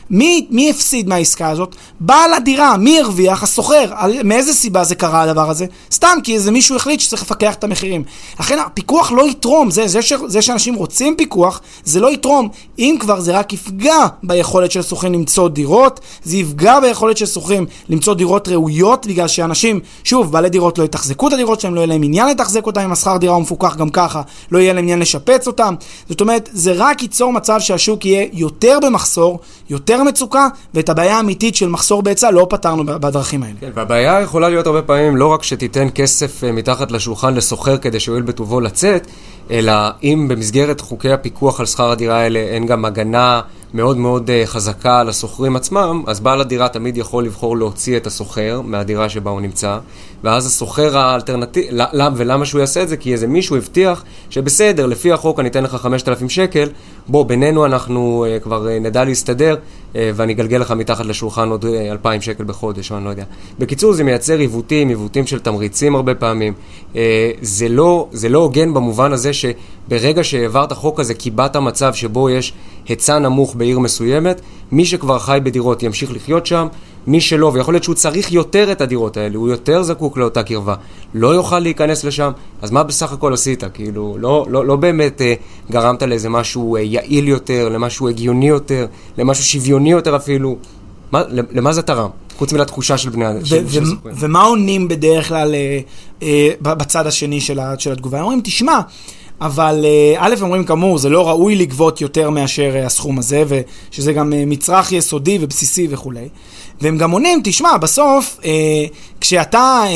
מי, מי הפסיד מהעסקה הזאת? בעל הדירה, מי הרוויח? הסוחר. מאיזה סיבה זה קרה הדבר הזה? סתם, כי איזה מישהו החליט שצריך לפקח את המחירים. לכן, הפיקוח לא יתרום. זה, זה, ש, זה שאנשים רוצים פיקוח, זה לא יתרום. אם כבר זה רק יפגע ביכולת של סוחרים למצוא דירות, זה יפגע ביכולת של סוחרים למצוא דירות ראויות, בגלל שאנשים, שוב, בעלי דירות לא יתחזקו את הדירות שלהם, לא יהיה להם עניין לתחזק אותם, אם השכר דירה הוא מפוקח גם ככה, לא יהיה להם עניין לשפץ אותם. זאת אומרת, זה רק ייצור מצב שהשוק יהיה יותר במחסור, יותר מצוקה, ואת הבעיה האמיתית של מחסור בהיצע לא פתרנו בדרכים האלה. כן, והבעיה יכולה להיות הרבה פעמים לא רק שתיתן כסף מתחת לשולחן לסוחר כדי שיועיל בטובו לצאת, אלא אם במסגרת חוקי הפיקוח על שכר הדירה האלה אין גם הגנה מאוד מאוד חזקה לסוחרים עצמם, אז בעל הדירה תמיד יכול לבחור להוציא את הסוחר מהדירה שבה הוא נמצא, ואז הסוחר האלטרנטיב, ולמה שהוא יעשה את זה? כי איזה מישהו הבטיח שבסדר, לפי החוק אני אתן לך חמשת אלפים שקל, בוא, בינינו אנחנו uh, כבר uh, נדע להסתדר, uh, ואני אגלגל לך מתחת לשולחן עוד אלפיים שקל בחודש, או אני לא יודע. בקיצור, זה מייצר עיוותים, עיוותים של תמריצים הרבה פעמים. Uh, זה לא, זה לא הוגן במובן הזה שברגע שהעברת החוק הזה, קיבעת מצב שבו יש היצע נמוך בעיר מסוימת, מי שכבר חי בדירות ימשיך לחיות שם, מי שלא, ויכול להיות שהוא צריך יותר את הדירות האלה, הוא יותר זקוק לאותה קרבה, לא יוכל להיכנס לשם, אז מה בסך הכל עשית? כאילו, לא, לא, לא באמת אה, גרמת לאיזה משהו אה, יעיל יותר, למשהו הגיוני יותר, למשהו שוויוני יותר אפילו, מה, למה זה תרם? חוץ מלתחושה של בני אדם. ומה עונים בדרך כלל אה, אה, בצד השני של, של התגובה? אומרים, תשמע, אבל א' אומרים כאמור, זה לא ראוי לגבות יותר מאשר הסכום הזה, ושזה גם מצרך יסודי ובסיסי וכו'. והם גם עונים, תשמע, בסוף, אה, כשאתה, אה,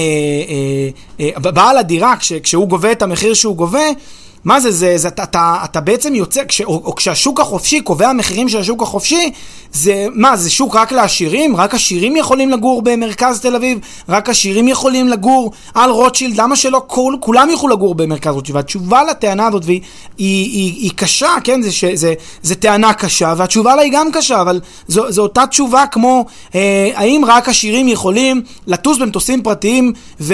אה, אה, בעל הדירה, כש, כשהוא גובה את המחיר שהוא גובה, מה זה, זה, זה אתה, אתה, אתה בעצם יוצא, כש, או, או כשהשוק החופשי קובע המחירים של השוק החופשי, זה, מה, זה שוק רק לעשירים? רק עשירים יכולים לגור במרכז תל אביב? רק עשירים יכולים לגור על רוטשילד? למה שלא כל, כולם יוכלו לגור במרכז רוטשילד? והתשובה לטענה הזאת, והיא, היא, היא, היא קשה, כן? זה, זה, זה, זה טענה קשה, והתשובה לה היא גם קשה, אבל זו, זו אותה תשובה כמו, אה, האם רק עשירים יכולים לטוס במטוסים פרטיים,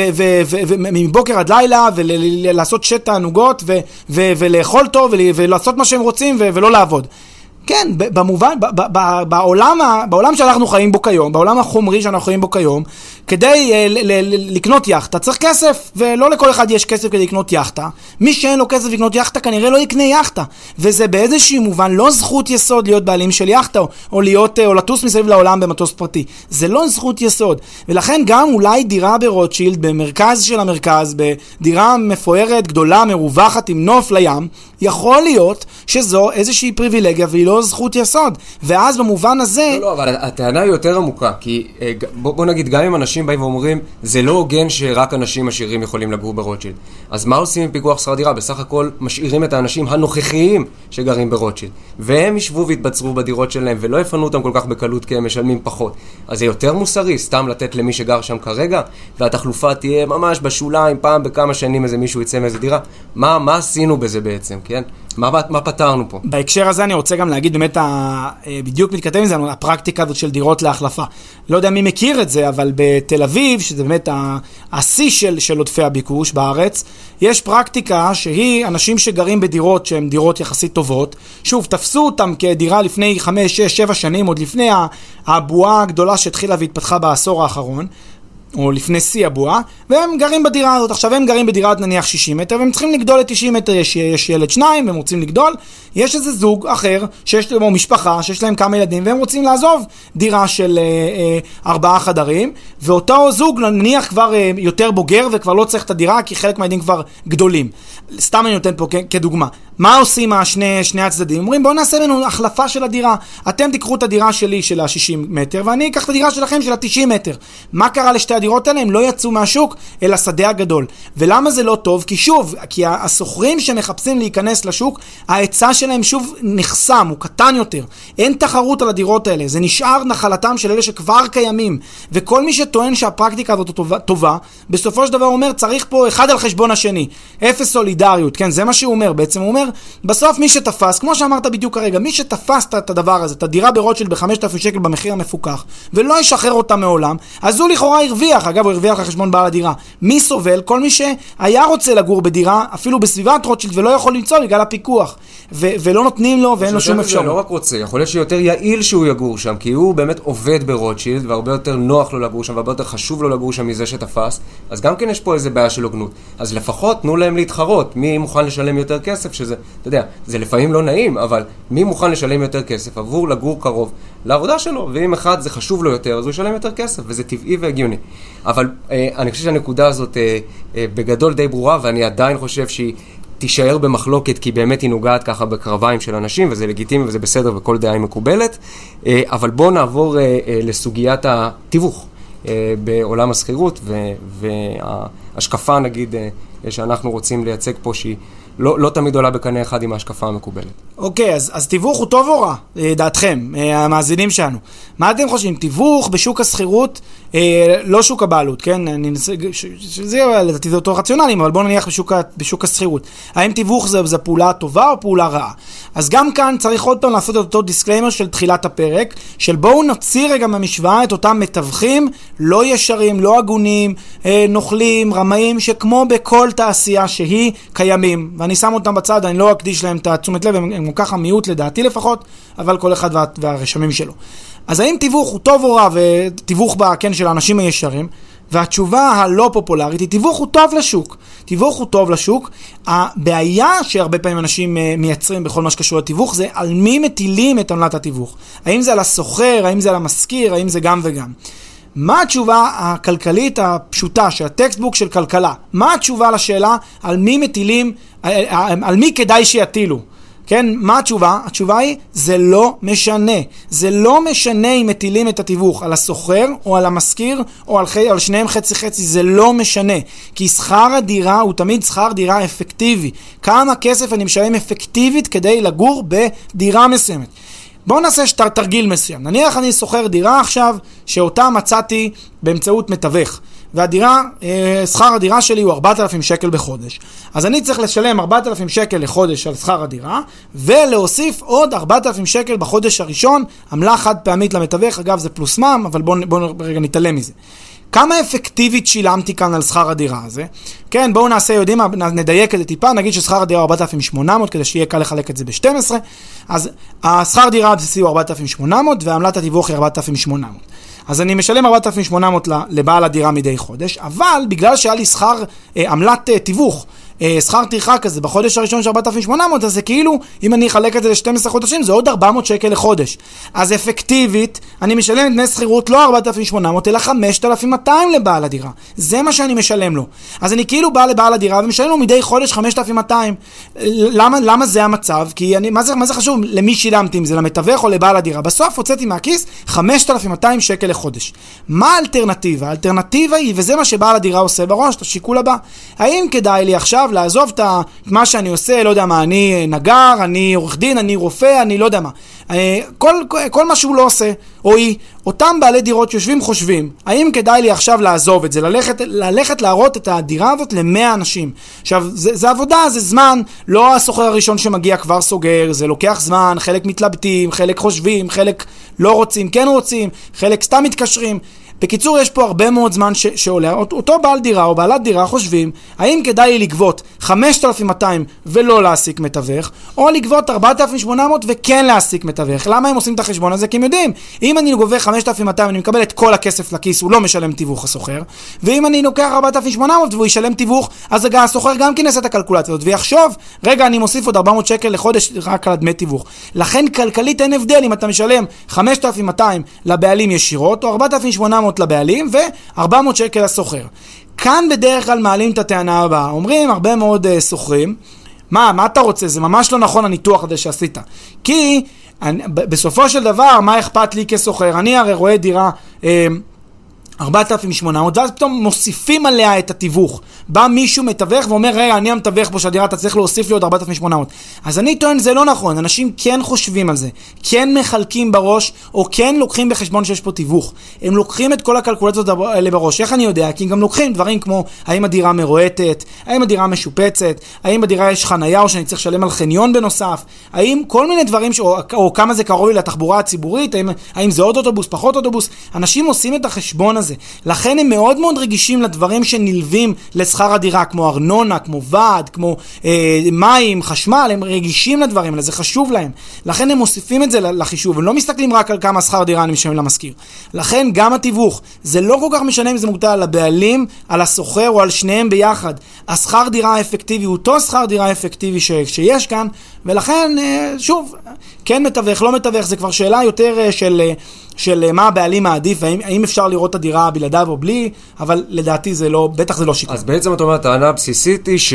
ומבוקר עד לילה, ולעשות שט תענוגות, ו... ו- ולאכול טוב ול- ולעשות מה שהם רוצים ו- ולא לעבוד. כן, במובן, ב- ב- ב- בעולם, בעולם שאנחנו חיים בו כיום, בעולם החומרי שאנחנו חיים בו כיום, כדי ל- ל- ל- לקנות יחטה צריך כסף, ולא לכל אחד יש כסף כדי לקנות יחטה. מי שאין לו כסף לקנות יחטה כנראה לא יקנה יחטה, וזה באיזשהו מובן לא זכות יסוד להיות בעלים של יחטה, או, או להיות, או לטוס מסביב לעולם במטוס פרטי. זה לא זכות יסוד, ולכן גם אולי דירה ברוטשילד, במרכז של המרכז, בדירה מפוארת, גדולה, מרווחת, עם נוף לים, יכול להיות שזו איזושהי פריבילגיה והיא לא זכות יסוד. ואז במובן הזה... לא, לא, אבל הטענה היא יותר עמוקה, כי בוא, בוא נגיד, גם אם אנשים באים ואומרים, זה לא הוגן שרק אנשים עשירים יכולים לגור ברוטשילד. אז מה עושים עם פיקוח שכר דירה? בסך הכל משאירים את האנשים הנוכחיים שגרים ברוטשילד, והם ישבו והתבצרו בדירות שלהם, ולא יפנו אותם כל כך בקלות כי הם משלמים פחות. אז זה יותר מוסרי, סתם לתת למי שגר שם כרגע, והתחלופה תהיה ממש בשוליים, פעם בכמה שנים איזה מישהו יצא מאיזה דירה. מה, מה עשינו בזה בעצם, כן? מה, מה פתרנו פה? בהקשר הזה אני רוצה גם להגיד, באמת, ה... בדיוק מתכתב עם זה, הפרקטיקה הזאת של דירות להחלפה. לא יודע מי מכיר את זה, אבל בתל אביב, שזה באמת השיא של, של עודפי הביקוש בארץ, יש פרקטיקה שהיא אנשים שגרים בדירות שהן דירות יחסית טובות, שוב, תפסו אותם כדירה לפני חמש, שש, שבע שנים, עוד לפני הבועה הגדולה שהתחילה והתפתחה בעשור האחרון, או לפני שיא הבועה, והם גרים בדירה הזאת. עכשיו הם גרים בדירה נניח שישים מטר, והם צריכים לגדול ל-תשעים מטר, יש, יש ילד שניים, והם רוצים לגדול. יש איזה זוג אחר, שיש להם, או משפחה, שיש להם כמה ילדים, והם רוצים לעזוב דירה של אה, אה, ארבעה חדרים, ואותו זוג נניח כבר אה, יותר בוגר, וכבר לא צריך את הדירה, כי חלק מהילדים כבר גדולים. סתם אני נותן פה כ- כדוגמה. מה עושים השני, שני הצדדים? אומרים, בואו נעשה לנו החלפה של הדירה. אתם תיקחו את הדירה שלי של ה-שישים מטר, ואני אקח את הדירה שלכם של ה-תשעים מטר. מה קרה לשתי הדירות האלה? הם לא יצאו מהשוק אל השדה הגדול. ולמה זה לא טוב? כי שוב, כי הסוחרים שמחפשים להיכנס לשוק, ההיצע שלהם שוב נחסם, הוא קטן יותר. אין תחרות על הדירות האלה. זה נשאר נחלתם של אלה שכבר קיימים. וכל מי שטוען שהפרקטיקה הזאת טובה, טובה, בסופו של דבר אומר, צריך פה אחד על חשבון השני. אפס סולידריות. כן, זה מה שהוא אומר. בעצם הוא אומר, בסוף מי שתפס, כמו שאמרת בדיוק כרגע, מי שתפס את הדבר הזה, את הדירה ברוטשילד ב-חמשת אלפים שקל במחיר המפוקח, ולא ישחרר אותה מעולם, אז הוא לכאורה הרוויח. הרוויח, אגב הוא הרוויח לחשבון בעל הדירה. מי סובל? כל מי שהיה רוצה לגור בדירה, אפילו בסביבת רוטשילד, ולא יכול למצוא בגלל הפיקוח, ו- ולא נותנים לו ואין לו שום אפשרות. לא רק רוצה, יכול להיות שיותר יעיל שהוא יגור שם, כי הוא באמת עובד ברוטשילד, והרבה יותר נוח לו לגור שם, והרבה יותר חשוב לו לגור שם מזה שתפס, אז גם כן יש פה איזה בעיה של הוגנות. אז לפחות תנו להם להתחרות, מי מוכן לשלם יותר כסף, שזה, אתה יודע, זה לפעמים לא נעים, אבל מי מוכן לשלם יותר כסף עבור לגור קרוב לעבודה שלו, ואם אחד זה חשוב לו יותר, אז הוא ישלם יותר כסף, וזה טבעי והגיוני. אבל אה, אני חושב שהנקודה הזאת אה, אה, בגדול די ברורה, ואני עדיין חושב שהיא תישאר במחלוקת, כי באמת היא נוגעת ככה בקרביים של אנשים, וזה לגיטימי וזה בסדר וכל דעה היא מקובלת. אה, אבל בואו נעבור אה, אה, לסוגיית התיווך אה, בעולם הסחירות, וההשקפה נגיד אה, שאנחנו רוצים לייצג פה שהיא לא, לא תמיד עולה בקנה אחד עם ההשקפה המקובלת. אוקיי, אז, אז תיווך הוא טוב או רע, דעתכם, המאזינים שלנו. מה אתם חושבים? תיווך בשוק הסחירות, לא שוק הבעלות, כן? אני ננסה, שזה לדעתי זה אותו רציונלים, אבל בואו נניח בשוק, בשוק הסחירות. האם תיווך זה, זה פעולה טובה או פעולה רעה? אז גם כאן צריך עוד פעם לעשות את אותו דיסקליימר של תחילת הפרק, של בואו נוציא רגע מהמשוואה את אותם מתווכים, לא ישרים, לא הגונים, נוכלים, רמאים, שכמו בכל תעשייה שהיא קיימים. ואני שם אותם בצד, אני לא אקדיש להם את התשומת לב, הם, הם ככה מיעוט לדעתי לפחות, אבל כל אחד וה, והרשמים שלו. אז האם תיווך הוא טוב או רע, ותיווך בה, כן, של האנשים הישרים? והתשובה הלא פופולרית היא, תיווך הוא טוב לשוק. תיווך הוא טוב לשוק. הבעיה שהרבה פעמים אנשים מייצרים בכל מה שקשור לתיווך, זה על מי מטילים את עמלת התיווך. האם זה על הסוחר, האם זה על המשכיר, האם זה גם וגם. מה התשובה הכלכלית הפשוטה של הטקסטבוק של כלכלה? מה התשובה לשאלה על מי מטילים, על מי כדאי שיטילו? כן, מה התשובה? התשובה היא, זה לא משנה. זה לא משנה אם מטילים את התיווך על הסוחר או על המשכיר או על, על שניהם חצי חצי, זה לא משנה. כי שכר הדירה הוא תמיד שכר דירה אפקטיבי. כמה כסף אני משלם אפקטיבית כדי לגור בדירה מסוימת. בואו נעשה שתר, תרגיל מסוים. נניח אני סוחר דירה עכשיו, שאותה מצאתי באמצעות מתווך. והדירה, שכר הדירה שלי הוא ארבעת אלפים שקל בחודש. אז אני צריך לשלם ארבעת אלפים שקל לחודש על שכר הדירה, ולהוסיף עוד ארבעת אלפים שקל בחודש הראשון, עמלה חד פעמית למתווך, אגב זה פלוס מע"מ, אבל בואו בוא רגע נתעלם מזה. כמה אפקטיבית שילמתי כאן על שכר הדירה הזה? כן, בואו נעשה, יודעים, נדייק את זה טיפה, נגיד ששכר הדירה הוא ארבעת אלפים ושמונה מאות, כדי שיהיה קל לחלק את זה ב-שתים עשרה, אז השכר דירה הבסיסי הוא ארבעת אלפים ושמונה מאות, ועמלת התיווך היא ארבעת אלפים ושמונה מאות. אז אני משלם ארבעת אלפים ושמונה מאות לבעל הדירה מדי חודש, אבל בגלל שהיה לי שכר, אה, עמלת אה, תיווך, אה, שכר טרחה כזה בחודש הראשון של ארבעת אלפים ושמונה מאות, אז זה כאילו, אם אני אחלק את זה ל-שנים עשר חודשים, זה עוד ארבע מאות שקל לחודש. אז אפקטיבית, אני משלם את דמי שכירות לא ארבעת אלפים ושמונה מאות, אלא חמשת אלפים ומאתיים לבעל הדירה. זה מה שאני משלם לו. אז אני כאילו בא לבעל הדירה ומשלם לו מדי חודש חמשת אלפים ומאתיים. למה, למה זה המצב? כי אני, מה זה, מה זה חשוב? למי שילמתי? אם זה למתווך או לבעל הדירה? בסוף הוצאתי מהכיס חמשת אלפים ומאתיים שקל לחודש. מה האלטרנטיבה? האלטרנטיבה היא, וזה מה שבעל הדירה עושה בראש, את השיקול הבא. האם כדאי לי עכשיו לעזוב את מה שאני עושה, לא יודע מה, אני נגר, אני עורך דין, אני רופא, אני לא יודע מה. כל, כל מה שהוא לא עושה, או היא, אותם בעלי דירות יושבים חושבים, האם כדאי לי עכשיו לעזוב את זה, ללכת, ללכת להראות את הדירה הזאת למאה אנשים. עכשיו, זה, זה עבודה, זה זמן, לא הסוחר הראשון שמגיע כבר סוגר, זה לוקח זמן, חלק מתלבטים, חלק חושבים, חלק לא רוצים, כן רוצים, חלק סתם מתקשרים. בקיצור, יש פה הרבה מאוד זמן ש- שעולה. אותו בעל דירה או בעלת דירה חושבים, האם כדאי לי לגבות חמשת אלפים ומאתיים ולא להעסיק מתווך, או לגבות ארבעת אלפים ושמונה מאות וכן להעסיק מתווך. למה הם עושים את החשבון הזה? כי הם יודעים, אם אני גובה חמשת אלפים ומאתיים, אני מקבל את כל הכסף לכיס, הוא לא משלם תיווך הסוחר, ואם אני לוקח ארבעת אלפים ושמונה מאות והוא ישלם תיווך, אז הסוחר גם כן יעשה את הקלקולציה הזאת, ויחשוב, רגע, אני מוסיף עוד ארבע מאות שקל לחודש רק על דמי תיווך. לכן כלכלית אין הבדל אם אתה משלם חמשת אלפים ומאתיים לבעלים ישירות, או ארבעת אלפים ושמונה מאות לבעלים, ו-ארבע מאות שקל לסוחר. כאן בדרך כלל מעלים את הטענה הבאה. אומרים הרבה מאוד uh, סוחרים, מה, מה אתה רוצה? זה ממש לא נכון הניתוח הזה שעשית. כי אני, בסופו של דבר, מה אכפת לי כסוחר? אני הרי רואה דירה... Uh, ארבעת אלפים ושמונה מאות, ואז פתאום מוסיפים עליה את התיווך. בא מישהו מתווך ואומר, רגע, אני המתווך פה שהדירה, אתה צריך להוסיף לי עוד ארבעת אלפים ושמונה מאות. אז אני טוען, זה לא נכון. אנשים כן חושבים על זה, כן מחלקים בראש, או כן לוקחים בחשבון שיש פה תיווך. הם לוקחים את כל הקלקולציות האלה בראש. איך אני יודע? כי הם גם לוקחים דברים כמו, האם הדירה מרועטת, האם הדירה משופצת, האם בדירה יש חנייה או שאני צריך לשלם על חניון בנוסף, האם כל מיני דברים, ש... או, או כמה זה קרוב לי לתחבורה הציבורית, האם, האם זה עוד אוטובוס, פחות אוטובוס. אנשים עושים את החשבון הזה. לכן הם מאוד מאוד רגישים לדברים שנלווים לשכר הדירה, כמו ארנונה, כמו ועד, כמו אה, מים, חשמל, הם רגישים לדברים האלה, זה חשוב להם. לכן הם מוסיפים את זה לחישוב, הם לא מסתכלים רק על כמה שכר דירה אני משלם למזכיר. לכן גם התיווך, זה לא כל כך משנה אם זה מוטל על הבעלים, על הסוחר או על שניהם ביחד. השכר דירה האפקטיבי הוא אותו שכר דירה אפקטיבי ש... שיש כאן, ולכן, שוב, כן מתווך, לא מתווך, זה כבר שאלה יותר של, של מה הבעלים מעדיף, האם, האם אפשר לראות את הדירה בלעדיו או בלי, אבל לדעתי זה לא, בטח זה לא שיקול. אז בעצם אתה אומר, הטענה הבסיסית היא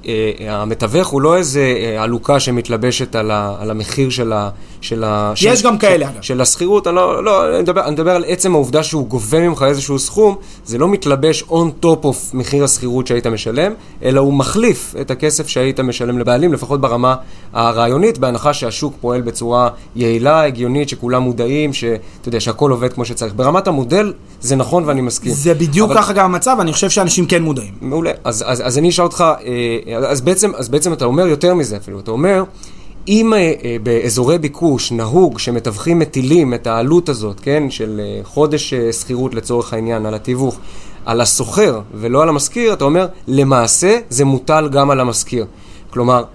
שהמתווך הוא לא איזה עלוקה שמתלבשת על, ה, על המחיר של ה... של ה יש של, גם כאלה, של, אגב. של השכירות, אני לא, לא, אני מדבר, אני מדבר על עצם העובדה שהוא גובה ממך איזשהו סכום, זה לא מתלבש on top of מחיר השכירות שהיית משלם, אלא הוא מחליף את הכסף שהיית משלם לבעלים, לפחות ברמה הרעיונית, בהנחה שהשוק פועל בצורה יעילה, הגיונית, שכולם מודעים, שאתה יודע, שהכל עובד כמו שצריך. ברמת המודל, זה נכון ואני מסכים. זה בדיוק אבל... ככה גם המצב, אני חושב שאנשים כן מודעים. מעולה. אז, אז, אז אני אשאל אותך, אז בעצם, אז בעצם אתה אומר יותר מזה אפילו, אתה אומר, אם באזורי ביקוש נהוג שמתווכים מטילים את העלות הזאת, כן, של חודש שכירות לצורך העניין, על התיווך, על הסוחר ולא על המשכיר, אתה אומר, למעשה זה מוטל גם על המשכיר. כלומר,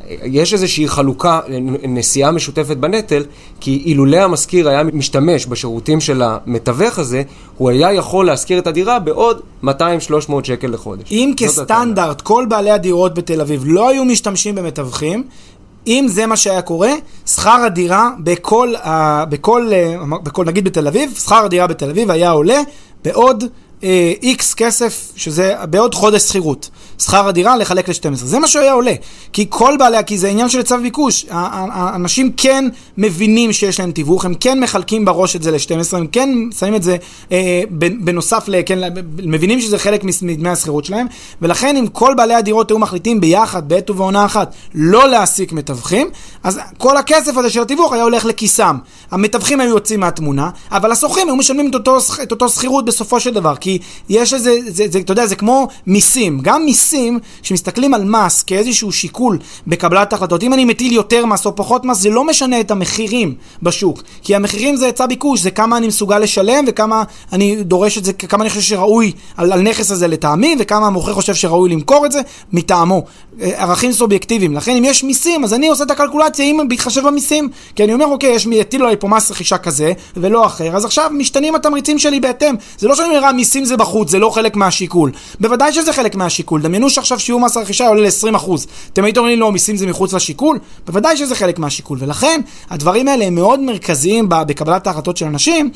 יש איזושהי חלוקה, נסיעה משותפת בנטל, כי אילולא המשכיר היה משתמש בשירותים של המתווך הזה, הוא היה יכול להשכיר את הדירה בעוד מאתיים שלוש מאות שקל לחודש. אם כסטנדרט כל בעלי הדירות בתל אביב לא היו משתמשים במתווכים, אם זה מה שהיה קורה, שכר הדירה בכל, בכל, בכל, נגיד בתל אביב, שכר הדירה בתל אביב היה עולה בעוד איקס כסף, שזה בעוד חודש שכירות. שכר הדירה לחלק ל-שתים עשרה. זה מה שהיה עולה. כי כל בעלי, כי זה עניין של צו ביקוש. האנשים כן מבינים שיש להם תיווך, הם כן מחלקים בראש את זה ל-שתים עשרה, הם כן שמים את זה אה, בנוסף, כן, מבינים שזה חלק מדמי השכירות שלהם, ולכן אם כל בעלי הדירות היו מחליטים ביחד, בעת ובעונה אחת, לא להעסיק מתווכים, אז כל הכסף הזה של התיווך היה הולך לכיסם. המתווכים היו יוצאים מהתמונה, אבל הסוחרים היו משלמים את אותו, את אותו שכירות בסופו של דבר, כי יש איזה, זה, זה, אתה יודע, זה כמו מיסים. גם מיסים, שמסתכלים על מס כאיזשהו שיקול בקבלת החלטות, אם אני מטיל יותר מס או פחות מס, זה לא משנה את המחירים בשוק. כי המחירים זה היצע ביקוש, זה כמה אני מסוגל לשלם, וכמה אני דורש את זה, כמה אני חושב שראוי על, על נכס הזה לטעמי, וכמה המוכר חושב שראוי למכור את זה מטעמו. ערכים סובייקטיביים. לכן אם יש מיסים, אז אני עושה את הקלקולציה אם בהתחשב במיסים. כי אני אומר, אוקיי, יש מטיל עליי פה מס רכישה כזה, ולא אחר. אז עכשיו משתנים התמריצים שלי בהתאם. זה לא שאני אומר, מיסים זה בחוץ, זה לא חלק מהשיקול. בוודאי שזה חלק מהשיקול. דמיינו שעכשיו שיעור מס הרכישה עולה ל-עשרים אחוז. אתם הייתם אומרים, לא, מיסים זה מחוץ לשיקול? בוודאי שזה חלק מהשיקול. ולכן, הדברים האלה הם מאוד מרכזיים בקבלת ההחלטות של אנשים,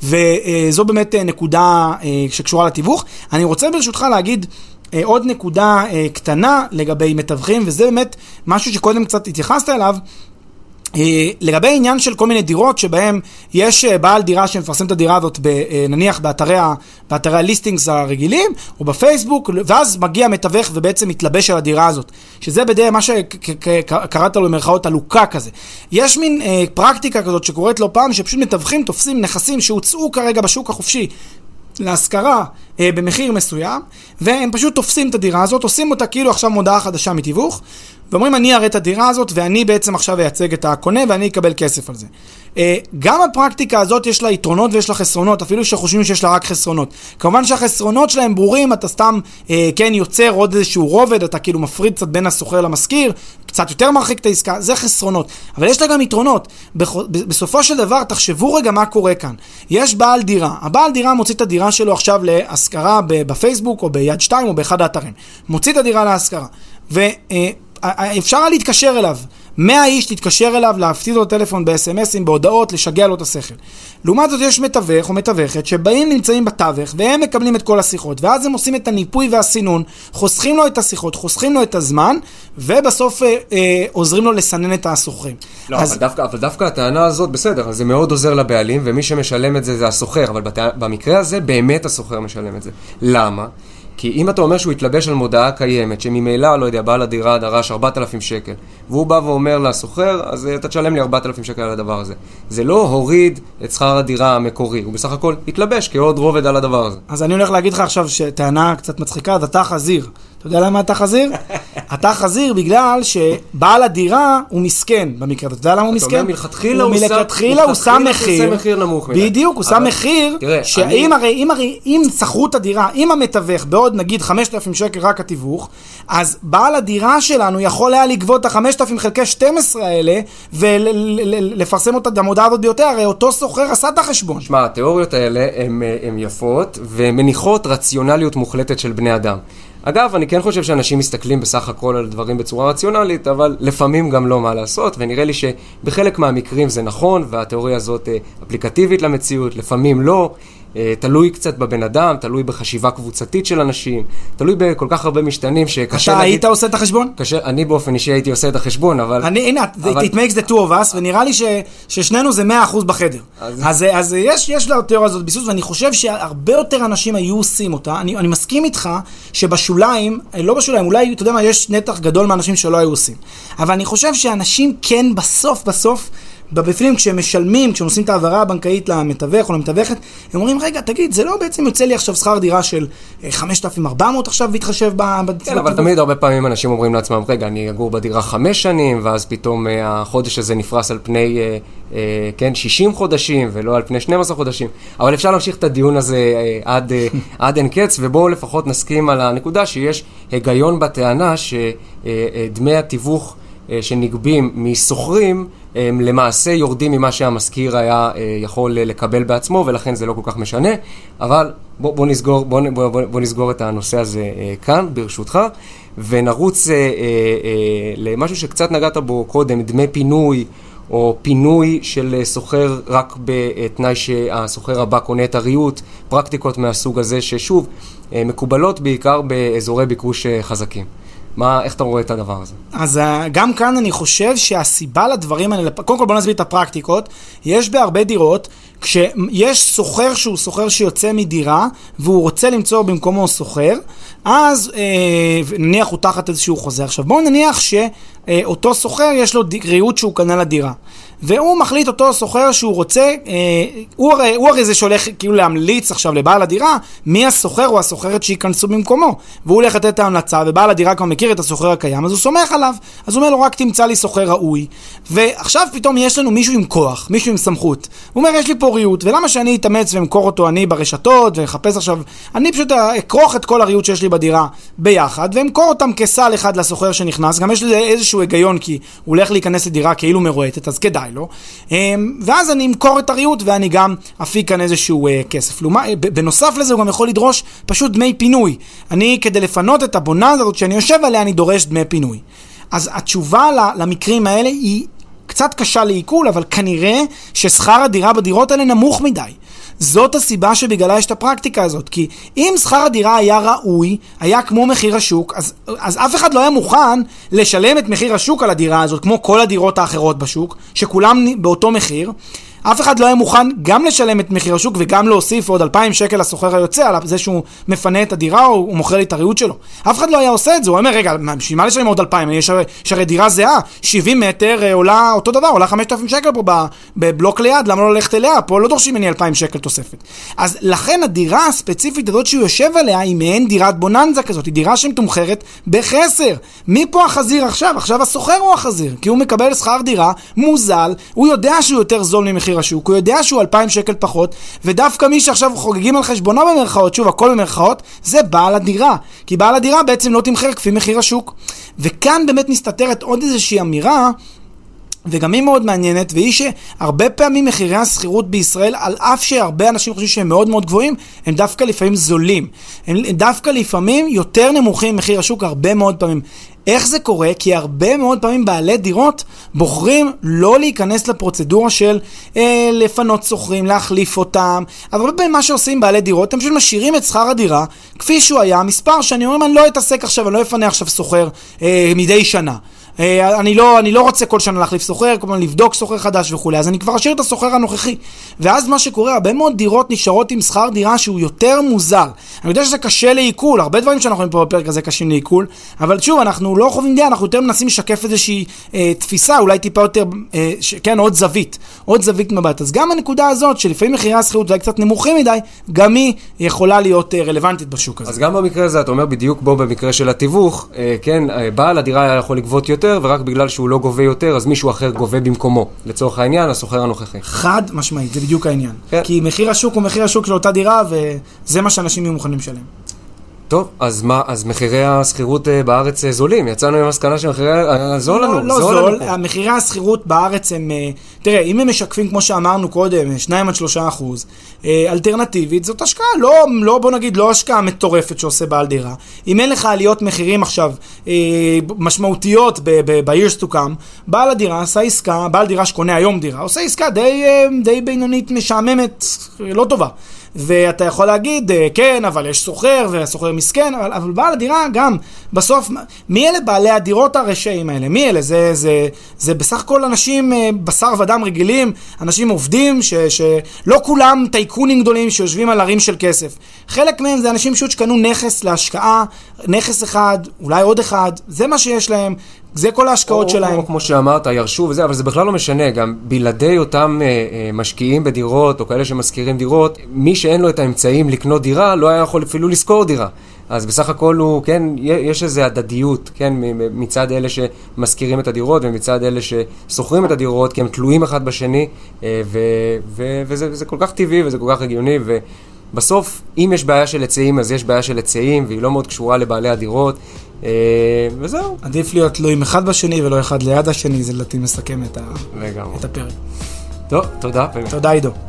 וזו באמת נקודה שקשורה לתיווך. אני רוצה ברשותך להגיד עוד נקודה קטנה לגבי מתווכים, וזה באמת משהו שקודם קצת התייחסת אליו, לגבי העניין של כל מיני דירות שבהם יש בעל דירה שמפרסם את הדירה הזאת נניח באתרי, באתרי הליסטינגס הרגילים או בפייסבוק, ואז מגיע מתווך ובעצם מתלבש על הדירה הזאת, שזה בדרך מה שקראת לו במרכאות עלוקה כזה. יש מין פרקטיקה כזאת שקורית לו פעם, שפשוט מתווכים תופסים נכסים שהוצאו כרגע בשוק החופשי להשכרה אה, במחיר מסוים, והם פשוט תופסים את הדירה הזאת, עושים אותה כאילו עכשיו מודעה חדשה מתיווך, ואומרים אני אראה את הדירה הזאת, ואני בעצם עכשיו אייצג את הקונה, ואני אקבל כסף על זה. אה, גם הפרקטיקה הזאת יש לה יתרונות ויש לה חסרונות, אפילו שחושבים שיש לה רק חסרונות. כמובן שהחסרונות שלהם ברורים, אתה סתם אה, כן יוצר עוד איזשהו רובד, אתה כאילו מפריד קצת בין הסוחר למשכיר, קצת יותר מרחיק את העסקה, זה חסרונות. אבל יש לה גם יתרונות. בסופו של דבר, תחשבו רגע מה קורה כאן. יש בעל דירה. הבעל דירה מוציא את הדירה שלו עכשיו להשכרה בפייסבוק או ביד שתיים או באחד האתרים. מוציא את הדירה להשכרה. ואפשר להתקשר אליו. מאה איש תתקשר אליו, להפתיד לו טלפון ב-אס אם אסים, בהודעות, לשגע לו את השכל. לעומת זאת יש מתווך או מתווכת שבאים נמצאים בתווך והם מקבלים את כל השיחות, ואז הם עושים את הניפוי והסינון, חוסכים לו את השיחות, חוסכים לו את הזמן, ובסוף אה, אה, עוזרים לו לסנן את הסוחרים. לא, אז... אבל, דווקא, אבל דווקא הטענה הזאת בסדר, זה מאוד עוזר לבעלים, ומי שמשלם את זה זה הסוחר, אבל בת... במקרה הזה באמת הסוחר משלם את זה. למה? כי אם אתה אומר שהוא יתלבש על מודעה קיימת, שממילא, לא יודע, בעל הדירה דרש ארבעת אלפים שקל, והוא בא ואומר לסוחר, אז אתה תשלם לי ארבעת אלפים שקל על הדבר הזה. זה לא הוריד את שכר הדירה המקורי, הוא בסך הכל יתלבש כעוד רובד על הדבר הזה. אז אני הולך להגיד לך עכשיו שטענה קצת מצחיקה, אז אתה חזיר. אתה יודע למה אתה חזיר? אתה חזיר בגלל שבעל הדירה הוא מסכן במקרה. אתה יודע למה הוא מסכן? אתה אומר, מלכתחילה הוא שם מחיר. בדיוק, הוא שם מחיר, שאם הרי, אם שכרו את הדירה, אם המתווך בעוד נגיד חמשת אלפים שקל רק התיווך, אז בעל הדירה שלנו יכול היה לגבות את ה-חמשת אלפים חלקי שתים עשרה האלה, ולפרסם אותה המודעה הזאת ביותר, הרי אותו סוחר עשה את החשבון. שמע, התיאוריות האלה הן יפות, ומניחות רציונליות מוחלטת של בני אדם. אגב, אני כן חושב שאנשים מסתכלים בסך הכל על דברים בצורה רציונלית, אבל לפעמים גם לא מה לעשות, ונראה לי שבחלק מהמקרים זה נכון, והתיאוריה הזאת אפליקטיבית למציאות, לפעמים לא, תלוי קצת בבן אדם, תלוי בחשיבה קבוצתית של אנשים, תלוי בכל כך הרבה משתנים שקשה אתה היית עושה את החשבון? קשה, אני באופן אישי הייתי עושה את החשבון, אבל... אני, הנה, it makes the two of us, ונראה לי ש, ששנינו זה מאה אחוז בחדר. אז, אז, אז יש, יש לתיאוריה הזאת ביסוס, ואני חושב שהרבה יותר אנשים היו עושים אותה. אני, אני מסכים איתך שבשוליים, לא בשוליים, אולי, אתה יודע מה, יש נתח גדול מהאנשים שלא היו עושים. אבל אני חושב שאנשים כן בסוף, בסוף, בפנים, כשהם משלמים, כשהם עושים את העברה הבנקאית למתווך או למתווכת, הם אומרים, רגע, תגיד, זה לא בעצם יוצא לי עכשיו שכר דירה של חמשת אלפים וארבע מאות עכשיו והתחשב בדירה? כן, אבל תמיד הרבה פעמים אנשים אומרים לעצמם, רגע, אני אגור בדירה חמש שנים, ואז פתאום החודש הזה נפרס על פני, כן, שישים חודשים, ולא על פני שנים עשר חודשים. אבל אפשר להמשיך את הדיון הזה עד, עד אין קץ, ובואו לפחות נסכים על הנקודה שיש היגיון בטענה שדמי התיווך שנגבים מסוחרים, הם למעשה יורדים ממה שהמזכיר היה יכול לקבל בעצמו, ולכן זה לא כל כך משנה. אבל בוא, בוא, נסגור, בוא, בוא, בוא, בוא נסגור את הנושא הזה כאן, ברשותך, ונרוץ אה, אה, אה, למשהו שקצת נגעת בו קודם, דמי פינוי, או פינוי של סוחר רק בתנאי שהסוחר הבא קונה את הריהוט, פרקטיקות מהסוג הזה ששוב, מקובלות בעיקר באזורי ביקוש חזקים. מה, איך אתה רואה את הדבר הזה? אז גם כאן אני חושב שהסיבה לדברים האלה, קודם כל בוא נסביר את הפרקטיקות, יש בהרבה דירות, כשיש סוחר שהוא סוחר שיוצא מדירה, והוא רוצה למצוא במקומו סוחר, אז אה, נניח הוא תחת איזשהו חוזה. עכשיו בואו נניח שאותו סוחר יש לו ריהוט שהוא קנה לדירה, והוא מחליט אותו סוחר שהוא רוצה, אה, הוא, הרי, הוא הרי זה שהולך כאילו להמליץ עכשיו לבעל הדירה, מי הסוחר או הסוחרת שיכנסו במקומו, והוא הולך לתת את ההמלצה, ובעל הדירה כבר מכיר את הסוחר הקיים, אז הוא סומך עליו, אז הוא אומר לו רק תמצא לי סוחר ראוי, ועכשיו פתאום יש לנו מישהו עם כוח, מישהו עם סמכות, הוא אומר יש לי פה ריהוט, ולמה שאני אתאמץ ומקור אותו אני ברשתות, וחפש עכשיו, אני פשוט אקרוך את כל הריהוט שיש לי בדירה ביחד, ומקור אותם כסל אחד לסוחר שנכנס, גם יש לזה איזשהו היגיון, כי הוא הולך להיכנס לדירה כאילו מרועטת, אז כדאי לו, ואז אני אמכור את הריהוט, ואני גם אפיק כאן איזשהו כסף. בנוסף לזה הוא גם יכול לדרוש פשוט דמי פינוי. אני כדי לפנות את הבוננזה הזאת שאני יושב עליה, אני דורש דמי פינוי. אז התשובה למקרים האלה היא קצת קשה לעיכול, אבל כנראה ששכר הדירה בדירות האלה נמוך מדי. זאת הסיבה שבגללה יש את הפרקטיקה הזאת, כי אם שכר הדירה היה ראוי, היה כמו מחיר השוק, אז, אז אף אחד לא היה מוכן לשלם את מחיר השוק על הדירה הזאת, כמו כל הדירות האחרות בשוק, שכולם באותו מחיר. אף אחד לא היה מוכן גם לשלם את מחיר השוק וגם להוסיף עוד אלפיים שקל לסוחר היוצא על זה שהוא מפנה את הדירה או הוא מוכר לי את הריהוט שלו. אף אחד לא היה עושה את זה. הוא אומר, רגע, בשביל מה לשלם עוד אלפיים? יש הרי דירה זהה, שבעים מטר עולה אותו דבר, עולה חמשת אלפים שקל פה בבלוק ליד, למה לא ללכת אליה? פה לא דורשים ממני אלפיים שקל תוספת. אז לכן הדירה הספציפית הזאת שהוא יושב עליה היא מעין דירת בוננזה כזאת, היא דירה שמתומחרת בחסר. מי פה החזיר עכשיו? עכשיו הסוחר הוא החזיר, כי הוא מקבל שכר דירה מוזל, הוא יודע שהוא יותר זול ממחיר השוק, הוא יודע שהוא אלפיים שקל פחות, ודווקא מי שעכשיו חוגגים על חשבונו במרכאות, שוב, הכל במרכאות, זה בעל הדירה. כי בעל הדירה בעצם לא תמחר כפי מחיר השוק. וכאן באמת מסתתרת עוד איזושהי אמירה, וגם היא מאוד מעניינת, והיא שהרבה פעמים מחירי הסחירות בישראל, על אף שהרבה אנשים חושבים שהם מאוד מאוד גבוהים, הם דווקא לפעמים זולים. הם דווקא לפעמים יותר נמוכים ממחיר השוק, הרבה מאוד פעמים. איך זה קורה? כי הרבה מאוד פעמים בעלי דירות בוחרים לא להיכנס לפרוצדורה של אה, לפנות סוחרים, להחליף אותם. אבל הרבה פעמים מה שעושים בעלי דירות, הם פשוט משאירים את שכר הדירה כפי שהוא היה, מספר שאני אומר, אני לא אתעסק עכשיו, אני לא אפנה עכשיו סוחר אה, מדי שנה. אני לא, אני לא רוצה כל שנה להחליף סוחר, כלומר לבדוק סוחר חדש וכו', אז אני כבר אשאיר את הסוחר הנוכחי. ואז מה שקורה, הרבה מאוד דירות נשארות עם שכר דירה שהוא יותר מוזל. אני יודע שזה קשה לעיכול, הרבה דברים שאנחנו רואים פה בפרק הזה קשים לעיכול, אבל שוב, אנחנו לא חווים דעה, אנחנו יותר מנסים לשקף איזושהי אה, תפיסה, אולי טיפה יותר, אה, ש, כן, עוד זווית, עוד זווית מבט. אז גם הנקודה הזאת, שלפעמים מחירי השכירות אולי קצת נמוכים מדי, גם היא יכולה להיות אה, רלוונטית בשוק הזה. אז גם במקרה הזה, אתה אומר בדיוק בו במקרה של התיווך, אה, כן, בעל הדירה יכול לגבות יותר, ורק בגלל שהוא לא גובה יותר, אז מישהו אחר גובה במקומו. לצורך העניין, הסוחר הנוכחי. חד משמעית, זה בדיוק העניין. כן. כי מחיר השוק הוא מחיר השוק של אותה דירה, וזה מה שאנשים יהיו מוכנים לשלם. טוב, אז מה, אז מחירי השכירות בארץ זולים. יצאנו עם מסקנה שמחירי, זול לנו, לא, לא זול. מחירי השכירות בארץ הם, תראה, אם הם משקפים, כמו שאמרנו קודם, שניים עד שלושה אחוז, אלטרנטיבית, זאת השקעה, לא, לא, בוא נגיד, לא השקעה מטורפת שעושה בעל דירה. אם אין לך עליות מחירים עכשיו, משמעותיות ב-years to come, בעל הדירה עשה עסקה, בעל דירה שקונה היום דירה, עושה עסקה די, די בינונית משעממת, לא טובה. ואתה יכול להגיד, כן, אבל יש סוחר, והסוחר מסכן, אבל, אבל בעל הדירה גם, בסוף, מי אלה בעלי הדירות הרשעים האלה? מי אלה? זה, זה, זה בסך הכל אנשים בשר ודם רגילים, אנשים עובדים, ש, שלא כולם טייקונים גדולים שיושבים על הרים של כסף. חלק מהם זה אנשים פשוט שקנו נכס להשקעה, נכס אחד, אולי עוד אחד, זה מה שיש להם, זה כל ההשקעות או, שלהם. או כמו שאמרת, ירשו וזה, אבל זה בכלל לא משנה, גם בלעדי אותם אה, אה, משקיעים בדירות, או כאלה שמזכירים דירות, מי שאין לו את האמצעים לקנות דירה, לא היה יכול אפילו לשכור דירה. אז בסך הכל הוא, כן, יש איזו הדדיות, כן, מצד אלה שמזכירים את הדירות, ומצד אלה שסוחרים את הדירות, כי הם תלויים אחד בשני, אה, ו, ו, וזה, וזה כל כך טבעי, וזה כל כך הגיוני, ו... בסוף, אם יש בעיה של היצעים, אז יש בעיה של היצעים, והיא לא מאוד קשורה לבעלי הדירות, וזהו. עדיף להיות תלויים אחד בשני ולא אחד ליד השני, זה לדעתי מסכם את הפרק. טוב, תודה. תודה עידו.